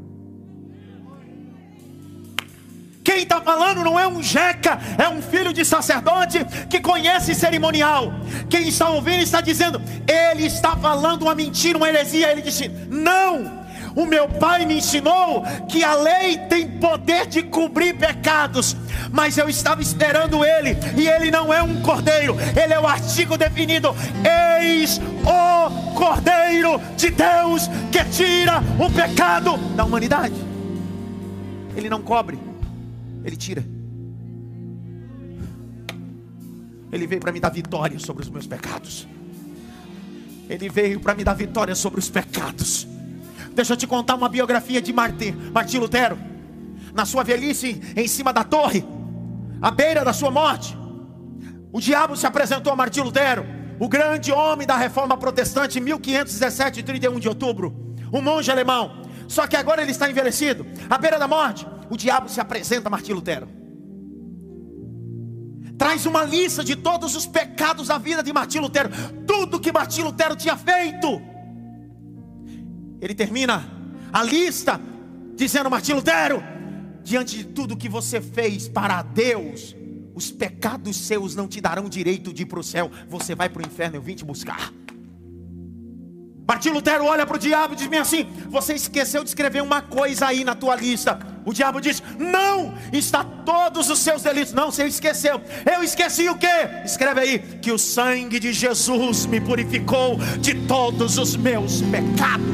[SPEAKER 1] Quem está falando não é um jeca, é um filho de sacerdote que conhece cerimonial. Quem está ouvindo está dizendo: ele está falando uma mentira, uma heresia. Ele disse: não, o meu pai me ensinou que a lei tem poder de cobrir pecados, mas eu estava esperando ele, e ele não é um cordeiro, ele é o artigo definido: eis o Cordeiro de Deus que tira o pecado da humanidade. Ele não cobre, ele tira. Ele veio para me dar vitória sobre os meus pecados. Ele veio para me dar vitória sobre os pecados. Deixa eu te contar uma biografia de Martim, Martim Lutero. Na sua velhice, em cima da torre, à beira da sua morte, o diabo se apresentou a Martim Lutero, o grande homem da reforma protestante, em mil quinhentos e dezessete, trinta e um de outubro, um monge alemão. Só que agora ele está envelhecido, à beira da morte. O diabo se apresenta a Martim Lutero, traz uma lista de todos os pecados da vida de Martim Lutero, tudo que Martim Lutero tinha feito. Ele termina a lista dizendo: Martim Lutero, diante de tudo que você fez para Deus, os pecados seus não te darão direito de ir para o céu. Você vai para o inferno, eu vim te buscar. Martim Lutero olha para o diabo e diz bem assim: você esqueceu de escrever uma coisa aí na tua lista. O diabo diz: não, está todos os seus delitos. Não, você esqueceu. Eu esqueci o quê? Escreve aí: que o sangue de Jesus me purificou de todos os meus pecados.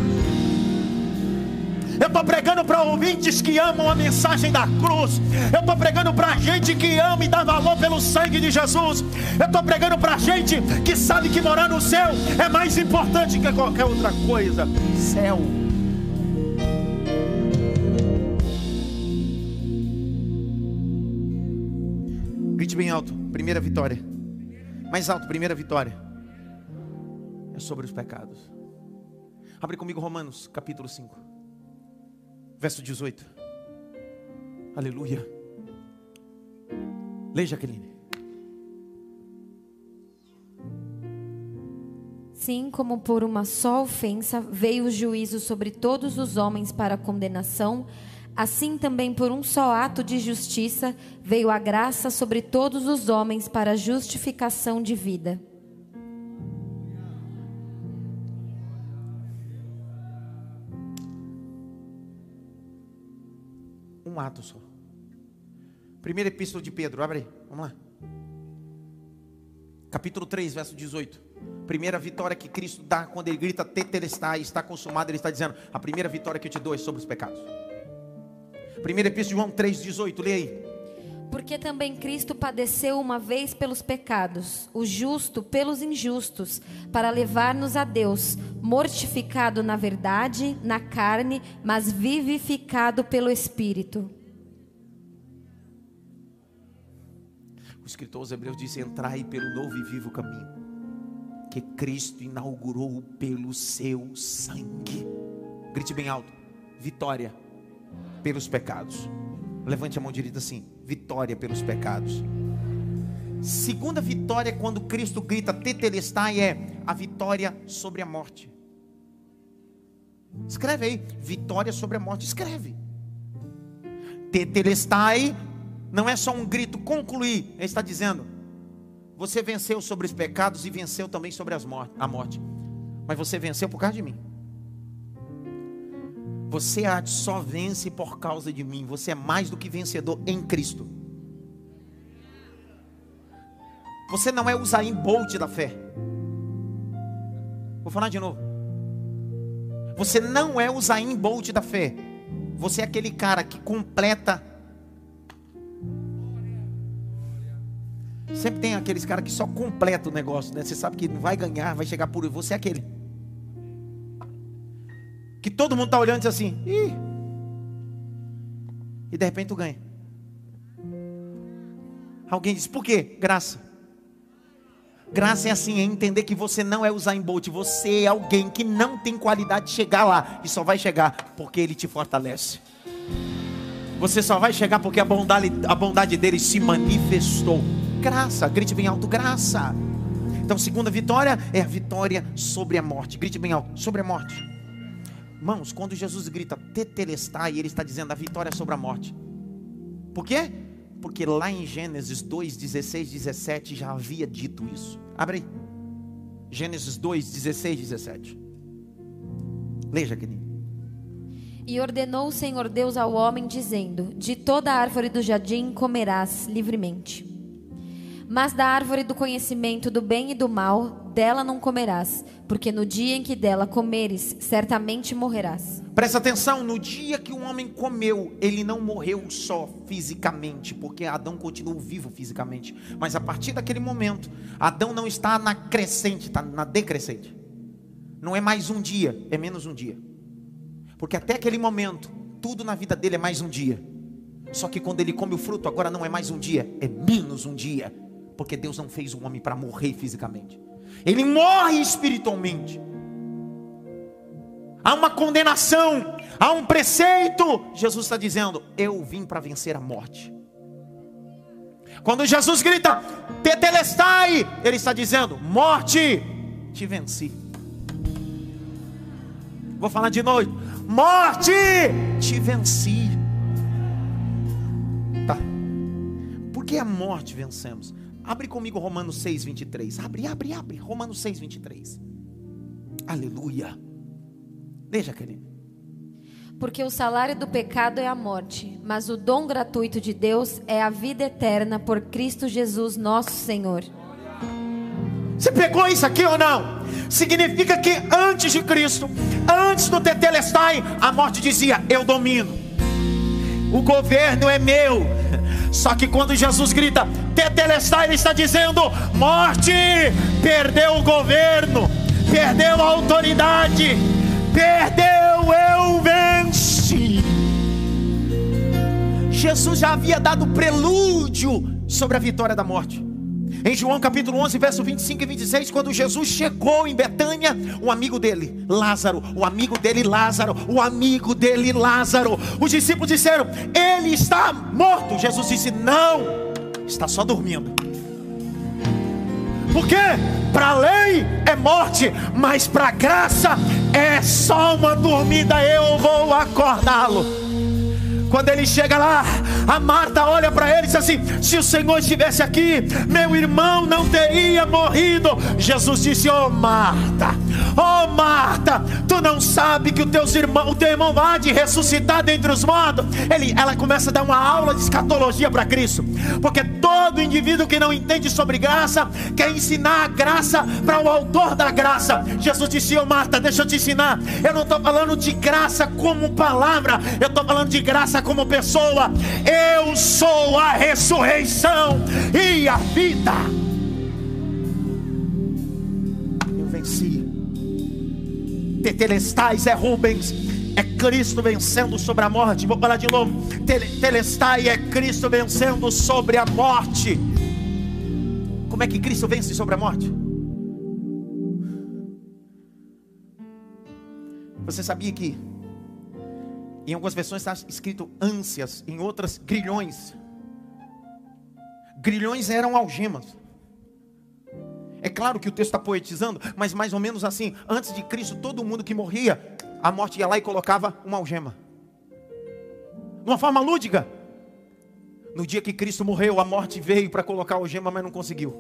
[SPEAKER 1] Eu estou pregando para ouvintes que amam a mensagem da cruz. Eu estou pregando para gente que ama e dá valor pelo sangue de Jesus. Eu estou pregando para gente que sabe que morar no céu é mais importante que qualquer outra coisa. Céu. Grite bem alto: primeira vitória. Mais alto: primeira vitória é sobre os pecados. Abre comigo Romanos capítulo cinco, verso dezoito. Aleluia. Leia, Jaqueline.
[SPEAKER 3] Sim, como por uma só ofensa veio o juízo sobre todos os homens para condenação, assim também por um só ato de justiça veio a graça sobre todos os homens para justificação de vida.
[SPEAKER 1] Um ato só. Primeira epístola de Pedro, abre aí, vamos lá. Capítulo três, verso dezoito. Primeira vitória que Cristo dá quando Ele grita tetelestai, está consumado. Ele está dizendo: a primeira vitória que eu te dou é sobre os pecados. Primeira epístola de João três, dezoito, lê aí.
[SPEAKER 3] Porque também Cristo padeceu uma vez pelos pecados, o justo pelos injustos, para levar-nos a Deus, mortificado na verdade, na carne, mas vivificado pelo Espírito.
[SPEAKER 1] O escritor aos Hebreus disse: entrai pelo novo e vivo caminho que Cristo inaugurou pelo seu sangue. Grite bem alto: vitória pelos pecados. Levante a mão direita assim: vitória pelos pecados. Segunda vitória, quando Cristo grita tetelestai, é a vitória sobre a morte. Escreve aí: vitória sobre a morte. Escreve. Tetelestai não é só um grito concluir. Ele está dizendo: você venceu sobre os pecados e venceu também sobre as mor- a morte. Mas você venceu por causa de mim. Você só vence por causa de mim. Você é mais do que vencedor em Cristo. Você não é o Usain Bolt da fé. Vou falar de novo. Você não é o Usain Bolt da fé. Você é aquele cara que completa. Sempre tem aqueles caras que só completa o negócio, né? Você sabe que não vai ganhar, vai chegar por... Você é aquele que todo mundo está olhando e diz assim: ih, e de repente tu ganha. Alguém diz: por quê? Graça. Graça é assim, é entender que você não é o Usain Bolt. Você é alguém que não tem qualidade de chegar lá, e só vai chegar porque Ele te fortalece. Você só vai chegar porque a bondade, a bondade dele se manifestou. Graça, grite bem alto: graça. Então, segunda vitória é a vitória sobre a morte. Grite bem alto: sobre a morte. Irmãos, quando Jesus grita tetelestai, Ele está dizendo a vitória sobre a morte. Por quê? Porque lá em Gênesis dois, dezesseis, dezessete já havia dito isso. Abre aí. Gênesis dois, dezesseis, dezessete. Leia, Jaqueline.
[SPEAKER 3] E ordenou o Senhor Deus ao homem, dizendo: de toda a árvore do jardim comerás livremente, mas da árvore do conhecimento do bem e do mal, dela não comerás, porque no dia em que dela comeres, certamente morrerás.
[SPEAKER 1] Presta atenção: no dia que o homem comeu, ele não morreu só fisicamente, porque Adão continuou vivo fisicamente, mas a partir daquele momento, Adão não está na crescente, está na decrescente. Não é mais um dia, é menos um dia. Porque até aquele momento, tudo na vida dele é mais um dia. Só que quando ele come o fruto, agora não é mais um dia, é menos um dia. Porque Deus não fez o homem para morrer fisicamente. Ele morre espiritualmente. Há uma condenação, há um preceito. Jesus está dizendo: eu vim para vencer a morte. Quando Jesus grita tetelestai, Ele está dizendo: morte, te venci. Vou falar de noite: morte, te venci. Tá. Por que a morte vencemos? Abre comigo Romanos seis, vinte e três. Abre, abre, abre. Romanos seis, vinte e três. Aleluia. Deixa, querido.
[SPEAKER 3] Porque o salário do pecado é a morte, mas o dom gratuito de Deus é a vida eterna por Cristo Jesus nosso Senhor.
[SPEAKER 1] Você pegou isso aqui ou não? Significa que antes de Cristo, antes do Tetelestai, a morte dizia: eu domino, o governo é meu. Só que quando Jesus grita Tetelestai, ele está dizendo: morte, perdeu o governo, perdeu a autoridade, perdeu, eu venci. Jesus já havia dado prelúdio sobre a vitória da morte. Em João capítulo onze, verso vinte e cinco e vinte e seis, quando Jesus chegou em Betânia, o amigo dele, Lázaro, o amigo dele, Lázaro, o amigo dele, Lázaro, os discípulos disseram: ele está morto. Jesus disse: não, está só dormindo. Por quê? Para a lei é morte, mas para a graça é só uma dormida. Eu vou acordá-lo. Quando ele chega lá, a Marta olha para ele e diz assim: se o Senhor estivesse aqui, meu irmão não teria morrido. Jesus disse: oh Marta, oh Marta, tu não sabe que o, teus irmão, o teu irmão vai de ressuscitar dentre os mortos. Ele, ela começa a dar uma aula de escatologia para Cristo, porque todo indivíduo que não entende sobre graça quer ensinar a graça para o autor da graça. Jesus disse: oh Marta, deixa eu te ensinar. Eu não estou falando de graça como palavra, eu estou falando de graça como pessoa. Eu sou a ressurreição e a vida. Eu venci. Tetelestai é Rubens, é Cristo vencendo sobre a morte. Vou falar de novo. Tetelestai é Cristo vencendo sobre a morte. Como é que Cristo vence sobre a morte? Você sabia que em algumas versões está escrito ânsias, em outras grilhões. Grilhões eram algemas. É claro que o texto está poetizando, mas mais ou menos assim. Antes de Cristo, todo mundo que morria, a morte ia lá e colocava uma algema, de uma forma lúdica. No dia que Cristo morreu, a morte veio para colocar a algema, mas não conseguiu.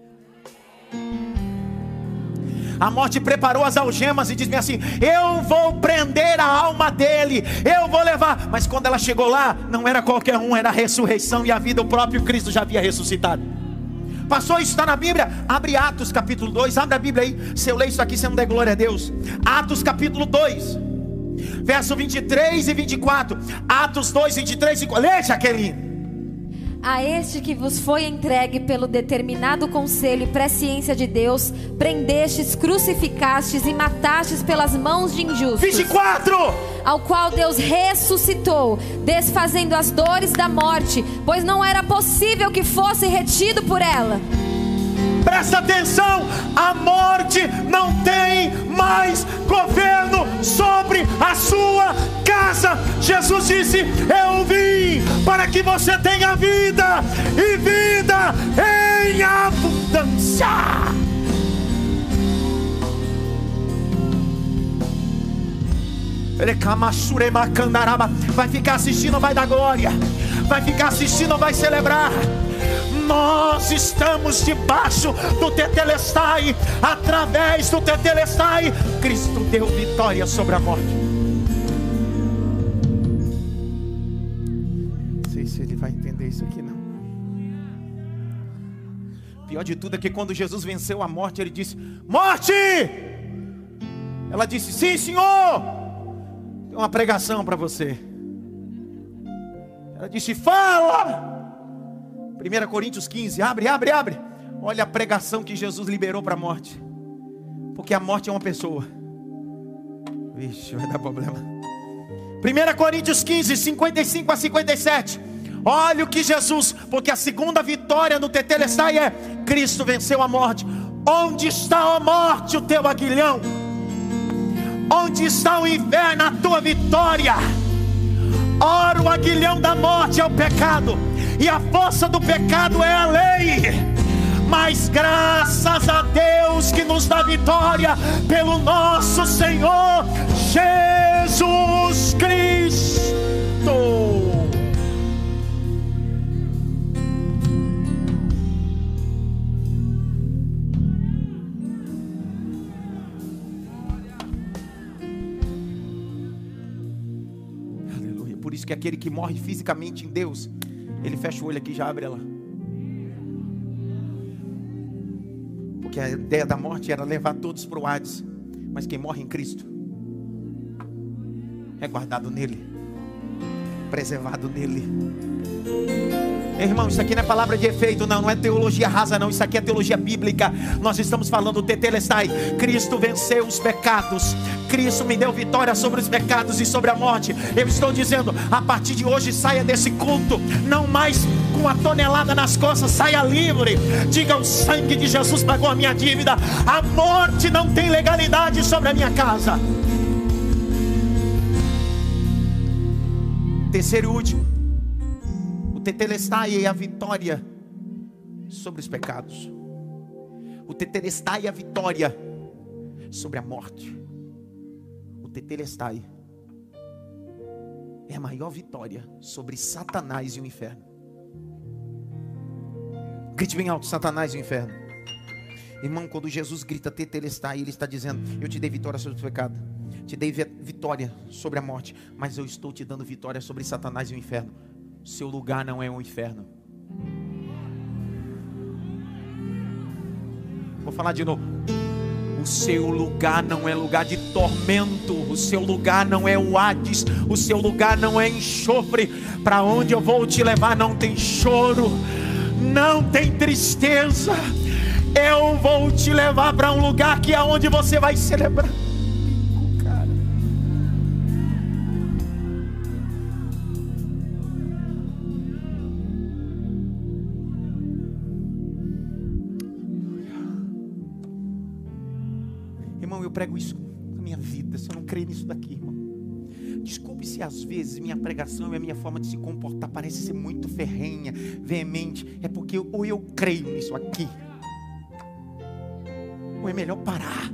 [SPEAKER 1] A morte preparou as algemas e disse assim: eu vou prender a alma dele, eu vou levar. Mas quando ela chegou lá, não era qualquer um, era a ressurreição e a vida. O próprio Cristo já havia ressuscitado. Passou, isso está na Bíblia. Abre Atos capítulo dois, abre a Bíblia aí. Se eu ler isso aqui, você não der glória a Deus. Atos capítulo dois, verso vinte e três e vinte e quatro. Atos dois, vinte e três e vinte e quatro. Lê, Jaqueline.
[SPEAKER 3] A este que vos foi entregue pelo determinado conselho e presciência de Deus, prendestes, crucificastes e matastes pelas mãos de injustos.
[SPEAKER 1] vinte e quatro.
[SPEAKER 3] Ao qual Deus ressuscitou, desfazendo as dores da morte, pois não era possível que fosse retido por ela.
[SPEAKER 1] Presta atenção, a morte não tem mais governo sobre a sua casa. Jesus disse: eu vim para que você tenha vida e vida em abundância. Vai ficar assistindo, vai dar glória. Vai ficar assistindo, vai celebrar. Nós estamos debaixo do Tetelestai. Através do Tetelestai, Cristo deu vitória sobre a morte. Não sei se ele vai entender isso aqui, não. Pior de tudo é que quando Jesus venceu a morte, ele disse: morte! Ela disse: sim, Senhor, tem uma pregação para você. Ela disse: fala! primeira Coríntios quinze, abre, abre, abre. Olha a pregação que Jesus liberou para a morte. Porque a morte é uma pessoa. Vixe, vai dar problema. primeira Coríntios quinze, cinquenta e cinco a cinquenta e sete. Olha o que Jesus, porque a segunda vitória no Tetelestai é: Cristo venceu a morte. Onde está a morte, o teu aguilhão? Onde está o inferno, a tua vitória? Ora, o aguilhão da morte é o pecado, e a força do pecado é a lei. Mas graças a Deus que nos dá vitória pelo nosso Senhor Jesus Cristo. isso que aquele que morre fisicamente em Deus, ele fecha o olho aqui e já abre ela. Porque a ideia da morte era levar todos para o Hades. Mas quem morre em Cristo é guardado nele, preservado nele. Irmão, isso aqui não é palavra de efeito, não, não é teologia rasa, não. Isso aqui é teologia bíblica. Nós estamos falando tetelestai. Cristo venceu os pecados. Cristo me deu vitória sobre os pecados e sobre a morte. Eu estou dizendo, a partir de hoje saia desse culto, não mais com a tonelada nas costas, saia livre. Diga: o sangue de Jesus pagou a minha dívida. A morte não tem legalidade sobre a minha casa. Terceiro e último, o tetelestai é a vitória sobre os pecados. O tetelestai é a vitória sobre a morte. O tetelestai é a maior vitória sobre Satanás e o inferno. Grite bem alto: Satanás e o inferno. Irmão, quando Jesus grita tetelestai, ele está dizendo: eu te dei vitória sobre o pecado, te dei vitória sobre a morte, mas eu estou te dando vitória sobre Satanás e o inferno. Seu lugar não é o inferno. Vou falar de novo. O seu lugar não é lugar de tormento. O seu lugar não é o Hades. O seu lugar não é enxofre. Para onde eu vou te levar não tem choro, não tem tristeza. Eu vou te levar para um lugar que é onde você vai celebrar. Cara, irmão, eu prego isso na minha vida. Se eu não creio nisso daqui, irmão, desculpe se às vezes minha pregação e a minha forma de se comportar parece ser muito ferrenha, veemente. É porque ou eu creio nisso aqui, ou é melhor parar.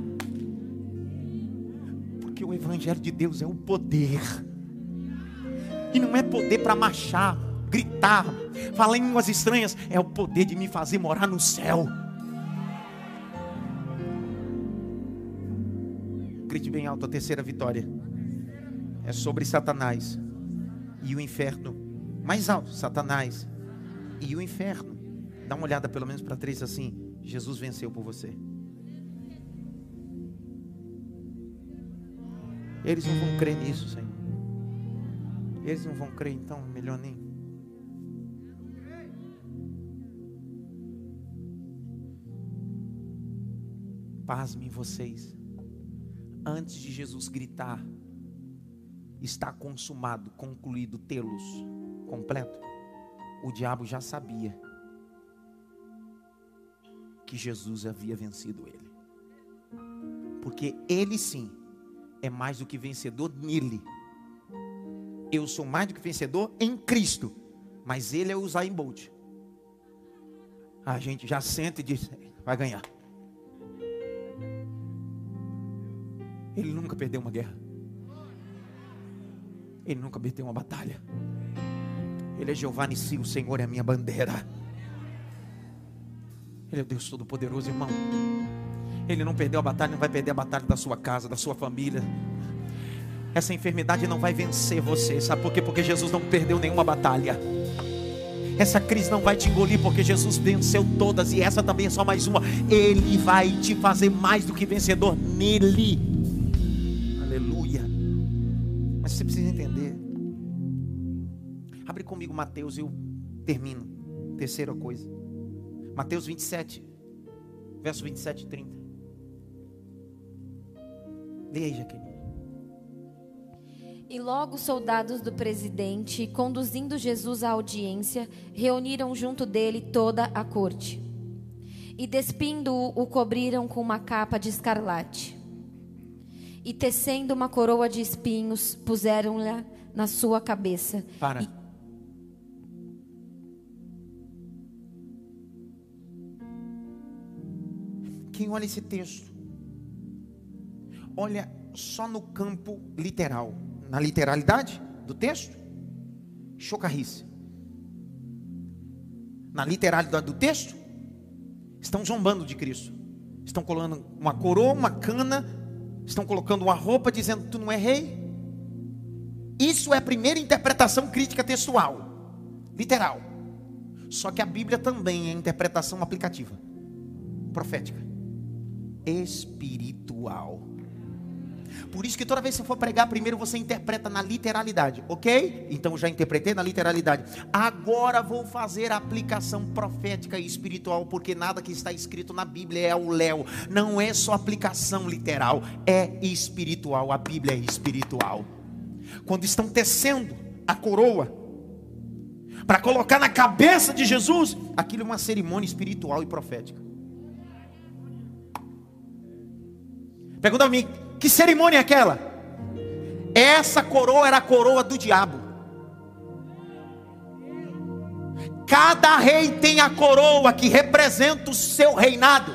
[SPEAKER 1] Porque o Evangelho de Deus é o poder. E não é poder para marchar, gritar, falar em línguas estranhas. É o poder de me fazer morar no céu. Grite bem alto: a terceira vitória é sobre Satanás e o inferno. Mais alto: Satanás e o inferno. Dá uma olhada pelo menos para três assim: Jesus venceu por você. Eles não vão crer nisso, Senhor. Eles não vão crer, então melhor nem. Pasmem vocês. Antes de Jesus gritar: está consumado, concluído, telos, completo, o diabo já sabia que Jesus havia vencido ele. Porque ele sim é mais do que vencedor nele. Eu sou mais do que vencedor em Cristo, mas ele é o Usain Bolt. A gente já senta e diz: vai ganhar. Ele nunca perdeu uma guerra. Ele nunca perdeu uma batalha. Ele é Jeová Nissi, o Senhor é a minha bandeira. Ele é o Deus Todo-Poderoso, irmão. Ele não perdeu a batalha, não vai perder a batalha da sua casa, da sua família. Essa enfermidade não vai vencer você. Sabe por quê? Porque Jesus não perdeu nenhuma batalha. Essa crise não vai te engolir, porque Jesus venceu todas. E essa também é só mais uma. Ele vai te fazer mais do que vencedor nele. Aleluia. Mas você precisa entender. Abre comigo Mateus, eu termino. Terceira coisa, Mateus vinte e sete, verso vinte e sete e trinta. Leia aí, Jaqueline.
[SPEAKER 3] E logo os soldados do presidente, conduzindo Jesus à audiência, reuniram junto dele toda a corte. E despindo-o, o cobriram com uma capa de escarlate. E tecendo uma coroa de espinhos, puseram-lhe na sua cabeça.
[SPEAKER 1] Para.
[SPEAKER 3] E...
[SPEAKER 1] Quem olha esse texto, olha só no campo literal, na literalidade do texto, chocarrice. Na literalidade do texto, estão zombando de Cristo. Estão colocando uma coroa, uma cana, estão colocando uma roupa dizendo: tu não é rei? Isso é a primeira interpretação crítica textual, literal. Só que a Bíblia também é interpretação aplicativa, profética, espiritual. Por isso que toda vez que você for pregar, primeiro você interpreta na literalidade, ok? Então já interpretei na literalidade. Agora vou fazer a aplicação profética e espiritual, porque nada que está escrito na Bíblia é ao léu. Não é só aplicação literal, é espiritual. A Bíblia é espiritual. Quando estão tecendo a coroa para colocar na cabeça de Jesus, aquilo é uma cerimônia espiritual e profética. Pergunta a mim, que cerimônia é aquela? Essa coroa era a coroa do diabo. Cada rei tem a coroa que representa o seu reinado.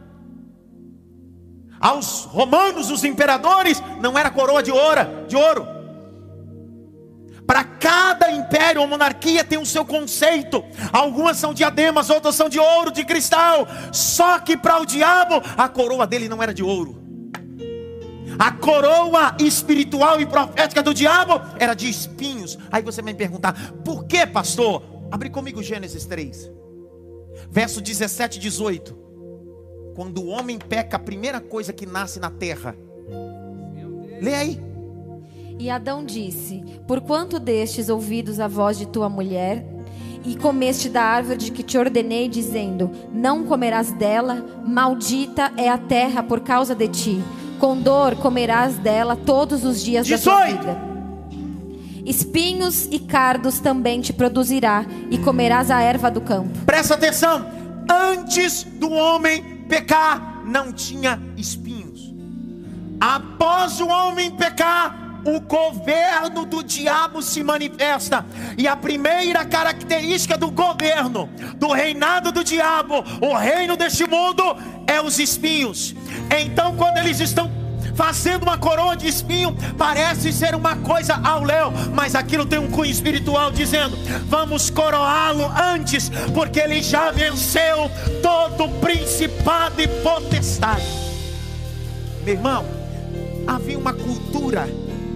[SPEAKER 1] Aos romanos, os imperadores, não era coroa de ouro, de ouro. Para cada império ou monarquia tem o seu conceito. Algumas são diademas, outras são de ouro, de cristal. Só que para o diabo, a coroa dele não era de ouro. A coroa espiritual e profética do diabo era de espinhos. Aí você vai me perguntar, por que, pastor? Abre comigo Gênesis três, verso dezessete e dezoito. Quando o homem peca, a primeira coisa que nasce na terra. Lê aí.
[SPEAKER 3] E Adão disse: porquanto destes ouvidos a voz de tua mulher, e comeste da árvore de que te ordenei, dizendo: não comerás dela, maldita é a terra por causa de ti. Com dor comerás dela todos os dias da tua vida. Espinhos e cardos também te produzirá, e comerás a erva do campo.
[SPEAKER 1] Presta atenção. Antes do homem pecar, não tinha espinhos. Após o homem pecar, o governo do diabo se manifesta. E a primeira característica do governo, do reinado do diabo, o reino deste mundo, é os espinhos. Então quando eles estão fazendo uma coroa de espinho, parece ser uma coisa ao léu, mas aquilo tem um cunho espiritual, dizendo: vamos coroá-lo antes, porque ele já venceu todo principado e potestade. Meu irmão, havia uma cultura.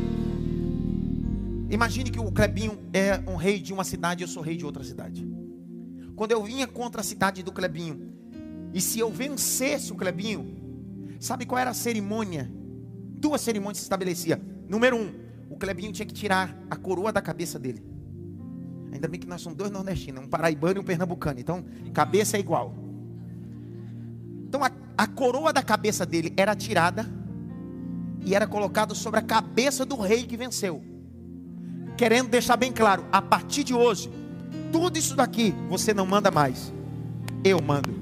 [SPEAKER 1] Imagine que o Clebinho é um rei de uma cidade, eu sou rei de outra cidade. Quando eu vinha contra a cidade do Clebinho, e se eu vencesse o Clebinho, sabe qual era a cerimônia? Duas cerimônias se estabelecia. Número um, o Clebinho tinha que tirar a coroa da cabeça dele. Ainda bem que nós somos dois nordestinos, um paraibano e um pernambucano, então cabeça é igual. Então a, a coroa da cabeça dele era tirada e era colocada sobre a cabeça do rei que venceu, querendo deixar bem claro: a partir de hoje, tudo isso daqui você não manda mais, eu mando.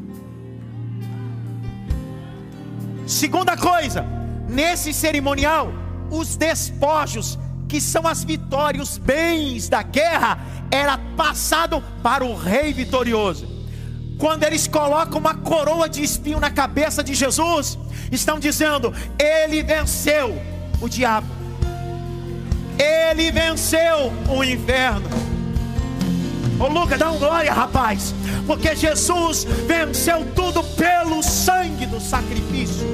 [SPEAKER 1] Segunda coisa, nesse cerimonial, os despojos, que são as vitórias, os bens da guerra, era passado para o rei vitorioso. Quando eles colocam uma coroa de espinho na cabeça de Jesus, estão dizendo: ele venceu o diabo, ele venceu o inferno. Ô Lucas, dá um glória, rapaz, porque Jesus venceu tudo pelo sangue do sacrifício.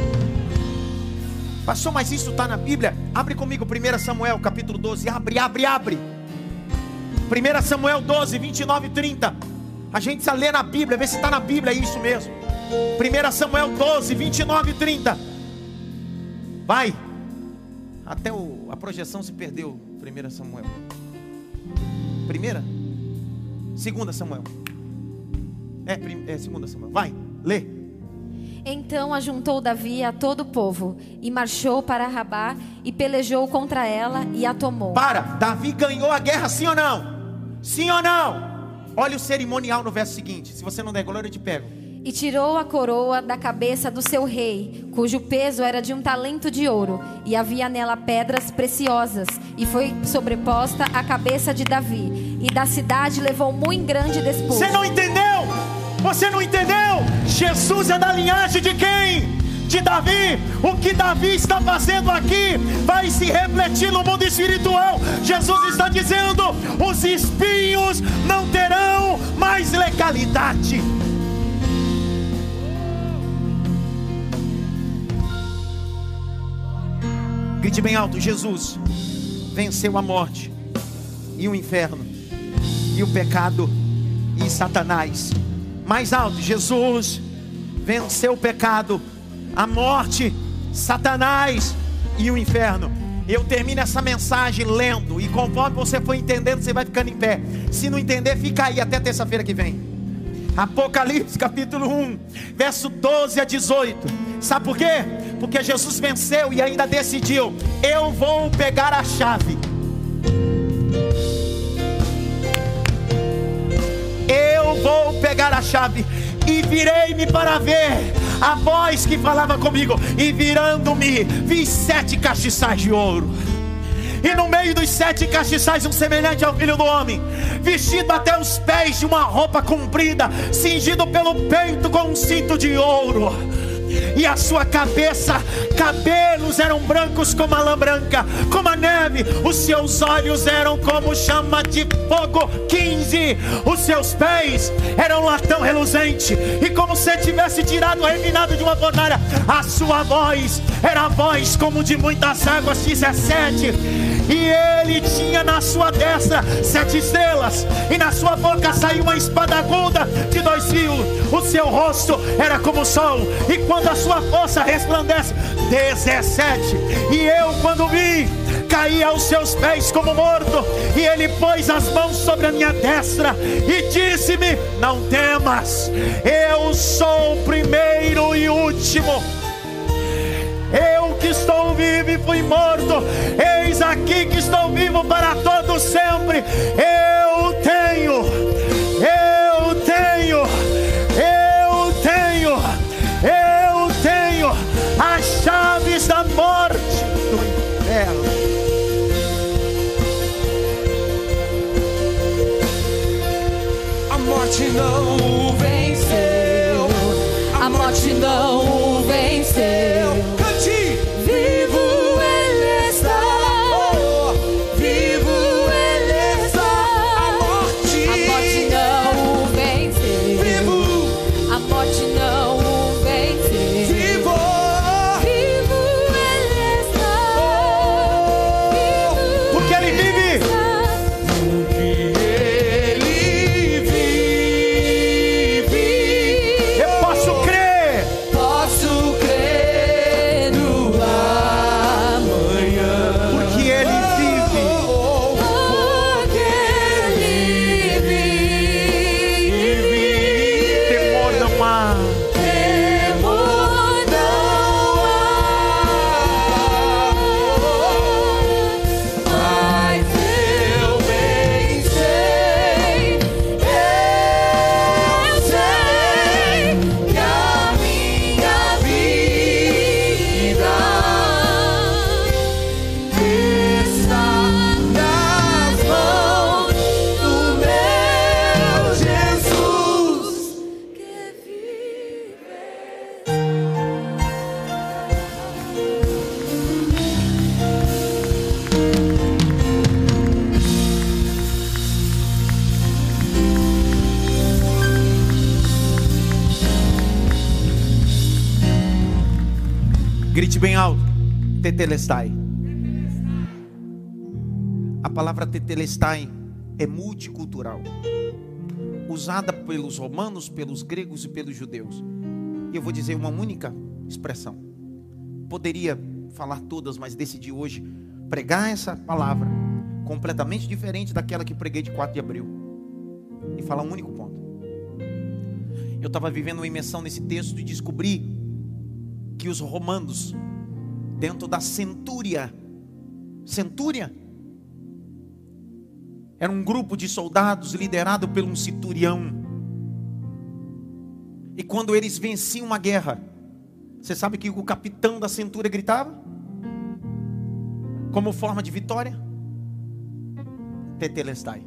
[SPEAKER 1] Pastor, mas isso está na Bíblia? Abre comigo primeiro Samuel capítulo doze. Abre, abre, abre. primeiro Samuel doze, vinte e nove e trinta. A gente precisa ler na Bíblia, ver se está na Bíblia, é isso mesmo. primeiro Samuel doze, vinte e nove e trinta. Vai. Até o, a projeção se perdeu. primeiro Samuel. Primeira? Segunda Samuel. É, prim, é segunda Samuel. Vai, lê.
[SPEAKER 3] Então ajuntou Davi a todo o povo, e marchou para Rabá, e pelejou contra ela, e a tomou.
[SPEAKER 1] Para, Davi ganhou a guerra, sim ou não? Sim ou não? Olha o cerimonial no verso seguinte. Se você não der glória, eu te pego.
[SPEAKER 3] E tirou a coroa da cabeça do seu rei, cujo peso era de um talento de ouro, e havia nela pedras preciosas, e foi sobreposta à cabeça de Davi, e da cidade levou muito grande despojo.
[SPEAKER 1] Você não entendeu? Você não entendeu? Jesus é da linhagem de quem? De Davi. O que Davi está fazendo aqui vai se refletir no mundo espiritual. Jesus está dizendo: os espinhos não terão mais legalidade. Grite bem alto: Jesus. venceu a morte e o inferno e o pecado e Satanás. Mais alto: Jesus venceu o pecado, a morte, Satanás e o inferno. Eu termino essa mensagem lendo, e conforme você for entendendo, você vai ficando em pé. Se não entender, fica aí até terça-feira que vem. Apocalipse capítulo um, verso doze a dezoito. Sabe por quê? Porque Jesus venceu e ainda decidiu: eu vou pegar a chave. Eu vou pegar a chave e virei-me para ver a voz que falava comigo, e virando-me, vi sete castiçais de ouro. E no meio dos sete castiçais, um semelhante ao Filho do Homem, vestido até os pés de uma roupa comprida, cingido pelo peito com um cinto de ouro. E a sua cabeça, cabelos eram brancos como a lã branca, como a neve. Os seus olhos eram como chama de fogo. quinze. Os seus pés eram latão reluzente, e como se tivesse tirado o refinado de uma fornalha. A sua voz era a voz como de muitas águas. dezessete. E ele tinha na sua destra sete estrelas, e na sua boca saiu uma espada aguda de dois fios. O seu rosto era como o sol, e quando a sua força resplandece. dezessete. E eu, quando vi, caí aos seus pés como morto. E ele pôs as mãos sobre a minha destra e disse-me: não temas, eu sou o primeiro e último. Eu que estou vivo e fui morto, eis aqui que estou vivo para todo sempre. Eu tenho, eu tenho, eu tenho, eu tenho as chaves da morte do inferno.
[SPEAKER 2] A morte não o venceu,
[SPEAKER 3] A morte não o venceu.
[SPEAKER 2] Cante!
[SPEAKER 3] Vivo ele está,
[SPEAKER 2] Oh,
[SPEAKER 3] vivo ele está.
[SPEAKER 2] a morte,
[SPEAKER 3] A morte não o venceu.
[SPEAKER 2] vivo,
[SPEAKER 3] A morte não o venceu.
[SPEAKER 2] vivo,
[SPEAKER 3] Vivo ele está, vivo
[SPEAKER 1] Porque ele vive.
[SPEAKER 3] está.
[SPEAKER 2] ele vive.
[SPEAKER 1] Eu posso crer.
[SPEAKER 3] Posso crer no amanhã,
[SPEAKER 1] Porque ele vive.
[SPEAKER 3] porque ele vive.
[SPEAKER 1] Temor não há.
[SPEAKER 3] Temor não há, mas eu vencei. Eu sei que a minha vida está nas mãos do meu Jesus que vive.
[SPEAKER 1] Grite bem alto: tetelestai. A palavra tetelestai é multicultural, usada pelos romanos, pelos gregos e pelos judeus. E eu vou dizer uma única expressão. Poderia falar todas, mas decidi hoje pregar essa palavra completamente diferente daquela que preguei de quatro de abril, e falar um único ponto. Eu estava vivendo uma imersão nesse texto e descobri que os romanos, dentro da centúria, centúria, era um grupo de soldados liderado por um centurião. E quando eles venciam uma guerra, você sabe que o capitão da centúria gritava? Como forma de vitória? Tetelestai.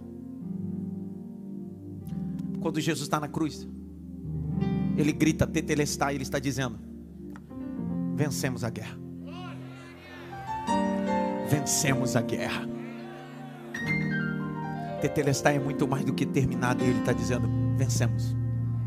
[SPEAKER 1] Quando Jesus está na cruz, ele grita tetelestai, ele está dizendo: vencemos a guerra. Vencemos a guerra. Tetelestai é muito mais do que terminado. E ele está dizendo: vencemos.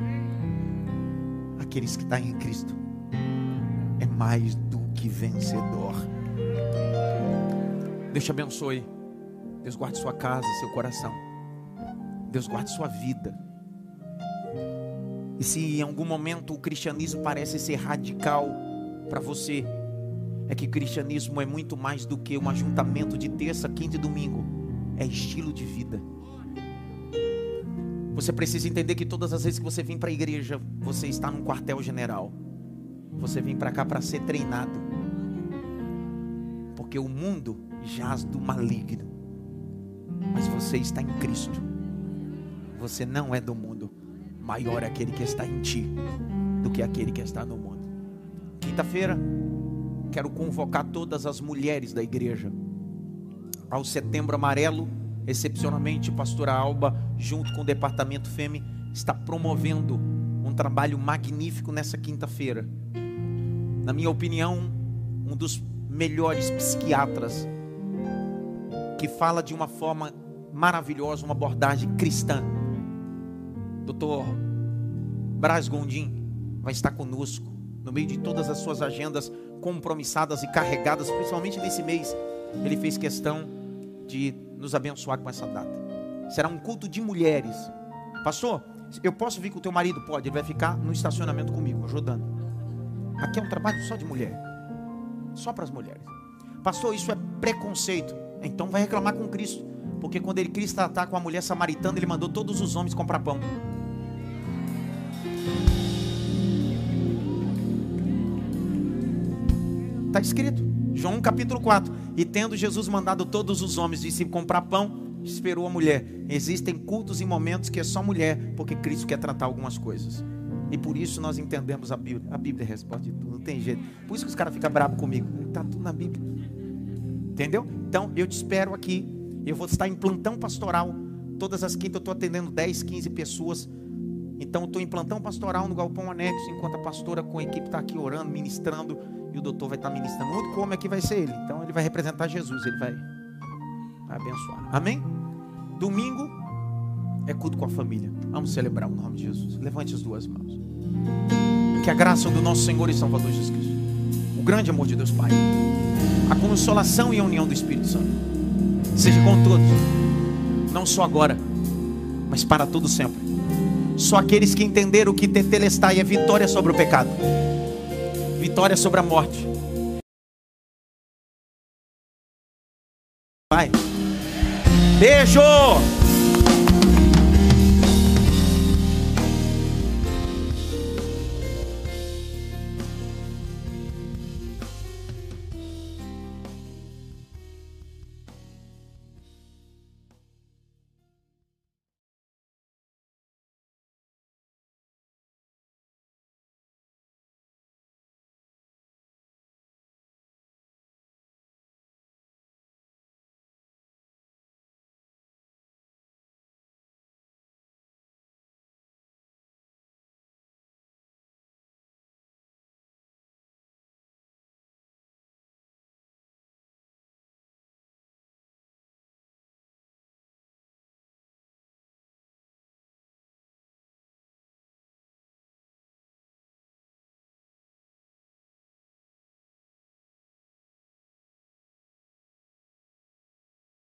[SPEAKER 1] Aqueles que estão em Cristo é mais do que vencedor. Deus te abençoe. Deus guarde sua casa, seu coração. Deus guarde sua vida. E se em algum momento o cristianismo parece ser radical para você, é que o cristianismo é muito mais do que um ajuntamento de terça, quinta e domingo. É estilo de vida. Você precisa entender que todas as vezes que você vem para a igreja, você está num quartel-general. Você vem para cá para ser treinado. Porque o mundo jaz do maligno. Mas você está em Cristo. Você não é do mundo. Maior é aquele que está em ti do que aquele que está no mundo. Quinta-feira, quero convocar todas as mulheres da igreja ao Setembro Amarelo. Excepcionalmente, a pastora Alba, junto com o departamento Fêmea, está promovendo um trabalho magnífico nessa quinta-feira. Na minha opinião, um dos melhores psiquiatras, que fala de uma forma maravilhosa, uma abordagem cristã. doutor Braz Gondim vai estar conosco, no meio de todas as suas agendas compromissadas e carregadas, principalmente nesse mês. Ele fez questão de nos abençoar com essa data. Será um culto de mulheres. Pastor, eu posso vir com o teu marido? Pode, ele vai ficar no estacionamento comigo, ajudando. Aqui é um trabalho só de mulher, só para as mulheres. Pastor, isso é preconceito. Então vai reclamar com Cristo, porque quando ele quis tratar com a mulher samaritana, ele mandou todos os homens comprar pão. Está escrito, João capítulo quatro. E tendo Jesus mandado todos os homens de se comprar pão, esperou a mulher. Existem cultos e momentos que é só mulher, porque Cristo quer tratar algumas coisas. E por isso nós entendemos a Bíblia. A Bíblia é a resposta de tudo, não tem jeito. Por isso que os caras ficam bravos comigo. Está tudo na Bíblia. Entendeu? Então eu te espero aqui. Eu vou estar em plantão pastoral. Todas as quintas eu estou atendendo dez, quinze pessoas. Então eu estou em plantão pastoral no Galpão Anexo, enquanto a pastora com a equipe está aqui orando, ministrando. E o doutor vai estar ministrando. O único homem aqui vai ser ele. Então ele vai representar Jesus. Ele vai, vai abençoar. Amém? Domingo é culto com a família. Vamos celebrar o nome de Jesus. Levante as duas mãos. Que a graça do nosso Senhor e Salvador Jesus Cristo, o grande amor de Deus Pai, a consolação e a união do Espírito Santo seja com todos, não só agora, mas para todo sempre. Só aqueles que entenderam que tetelestai é vitória sobre o pecado, vitória sobre a morte. Vai. Beijo!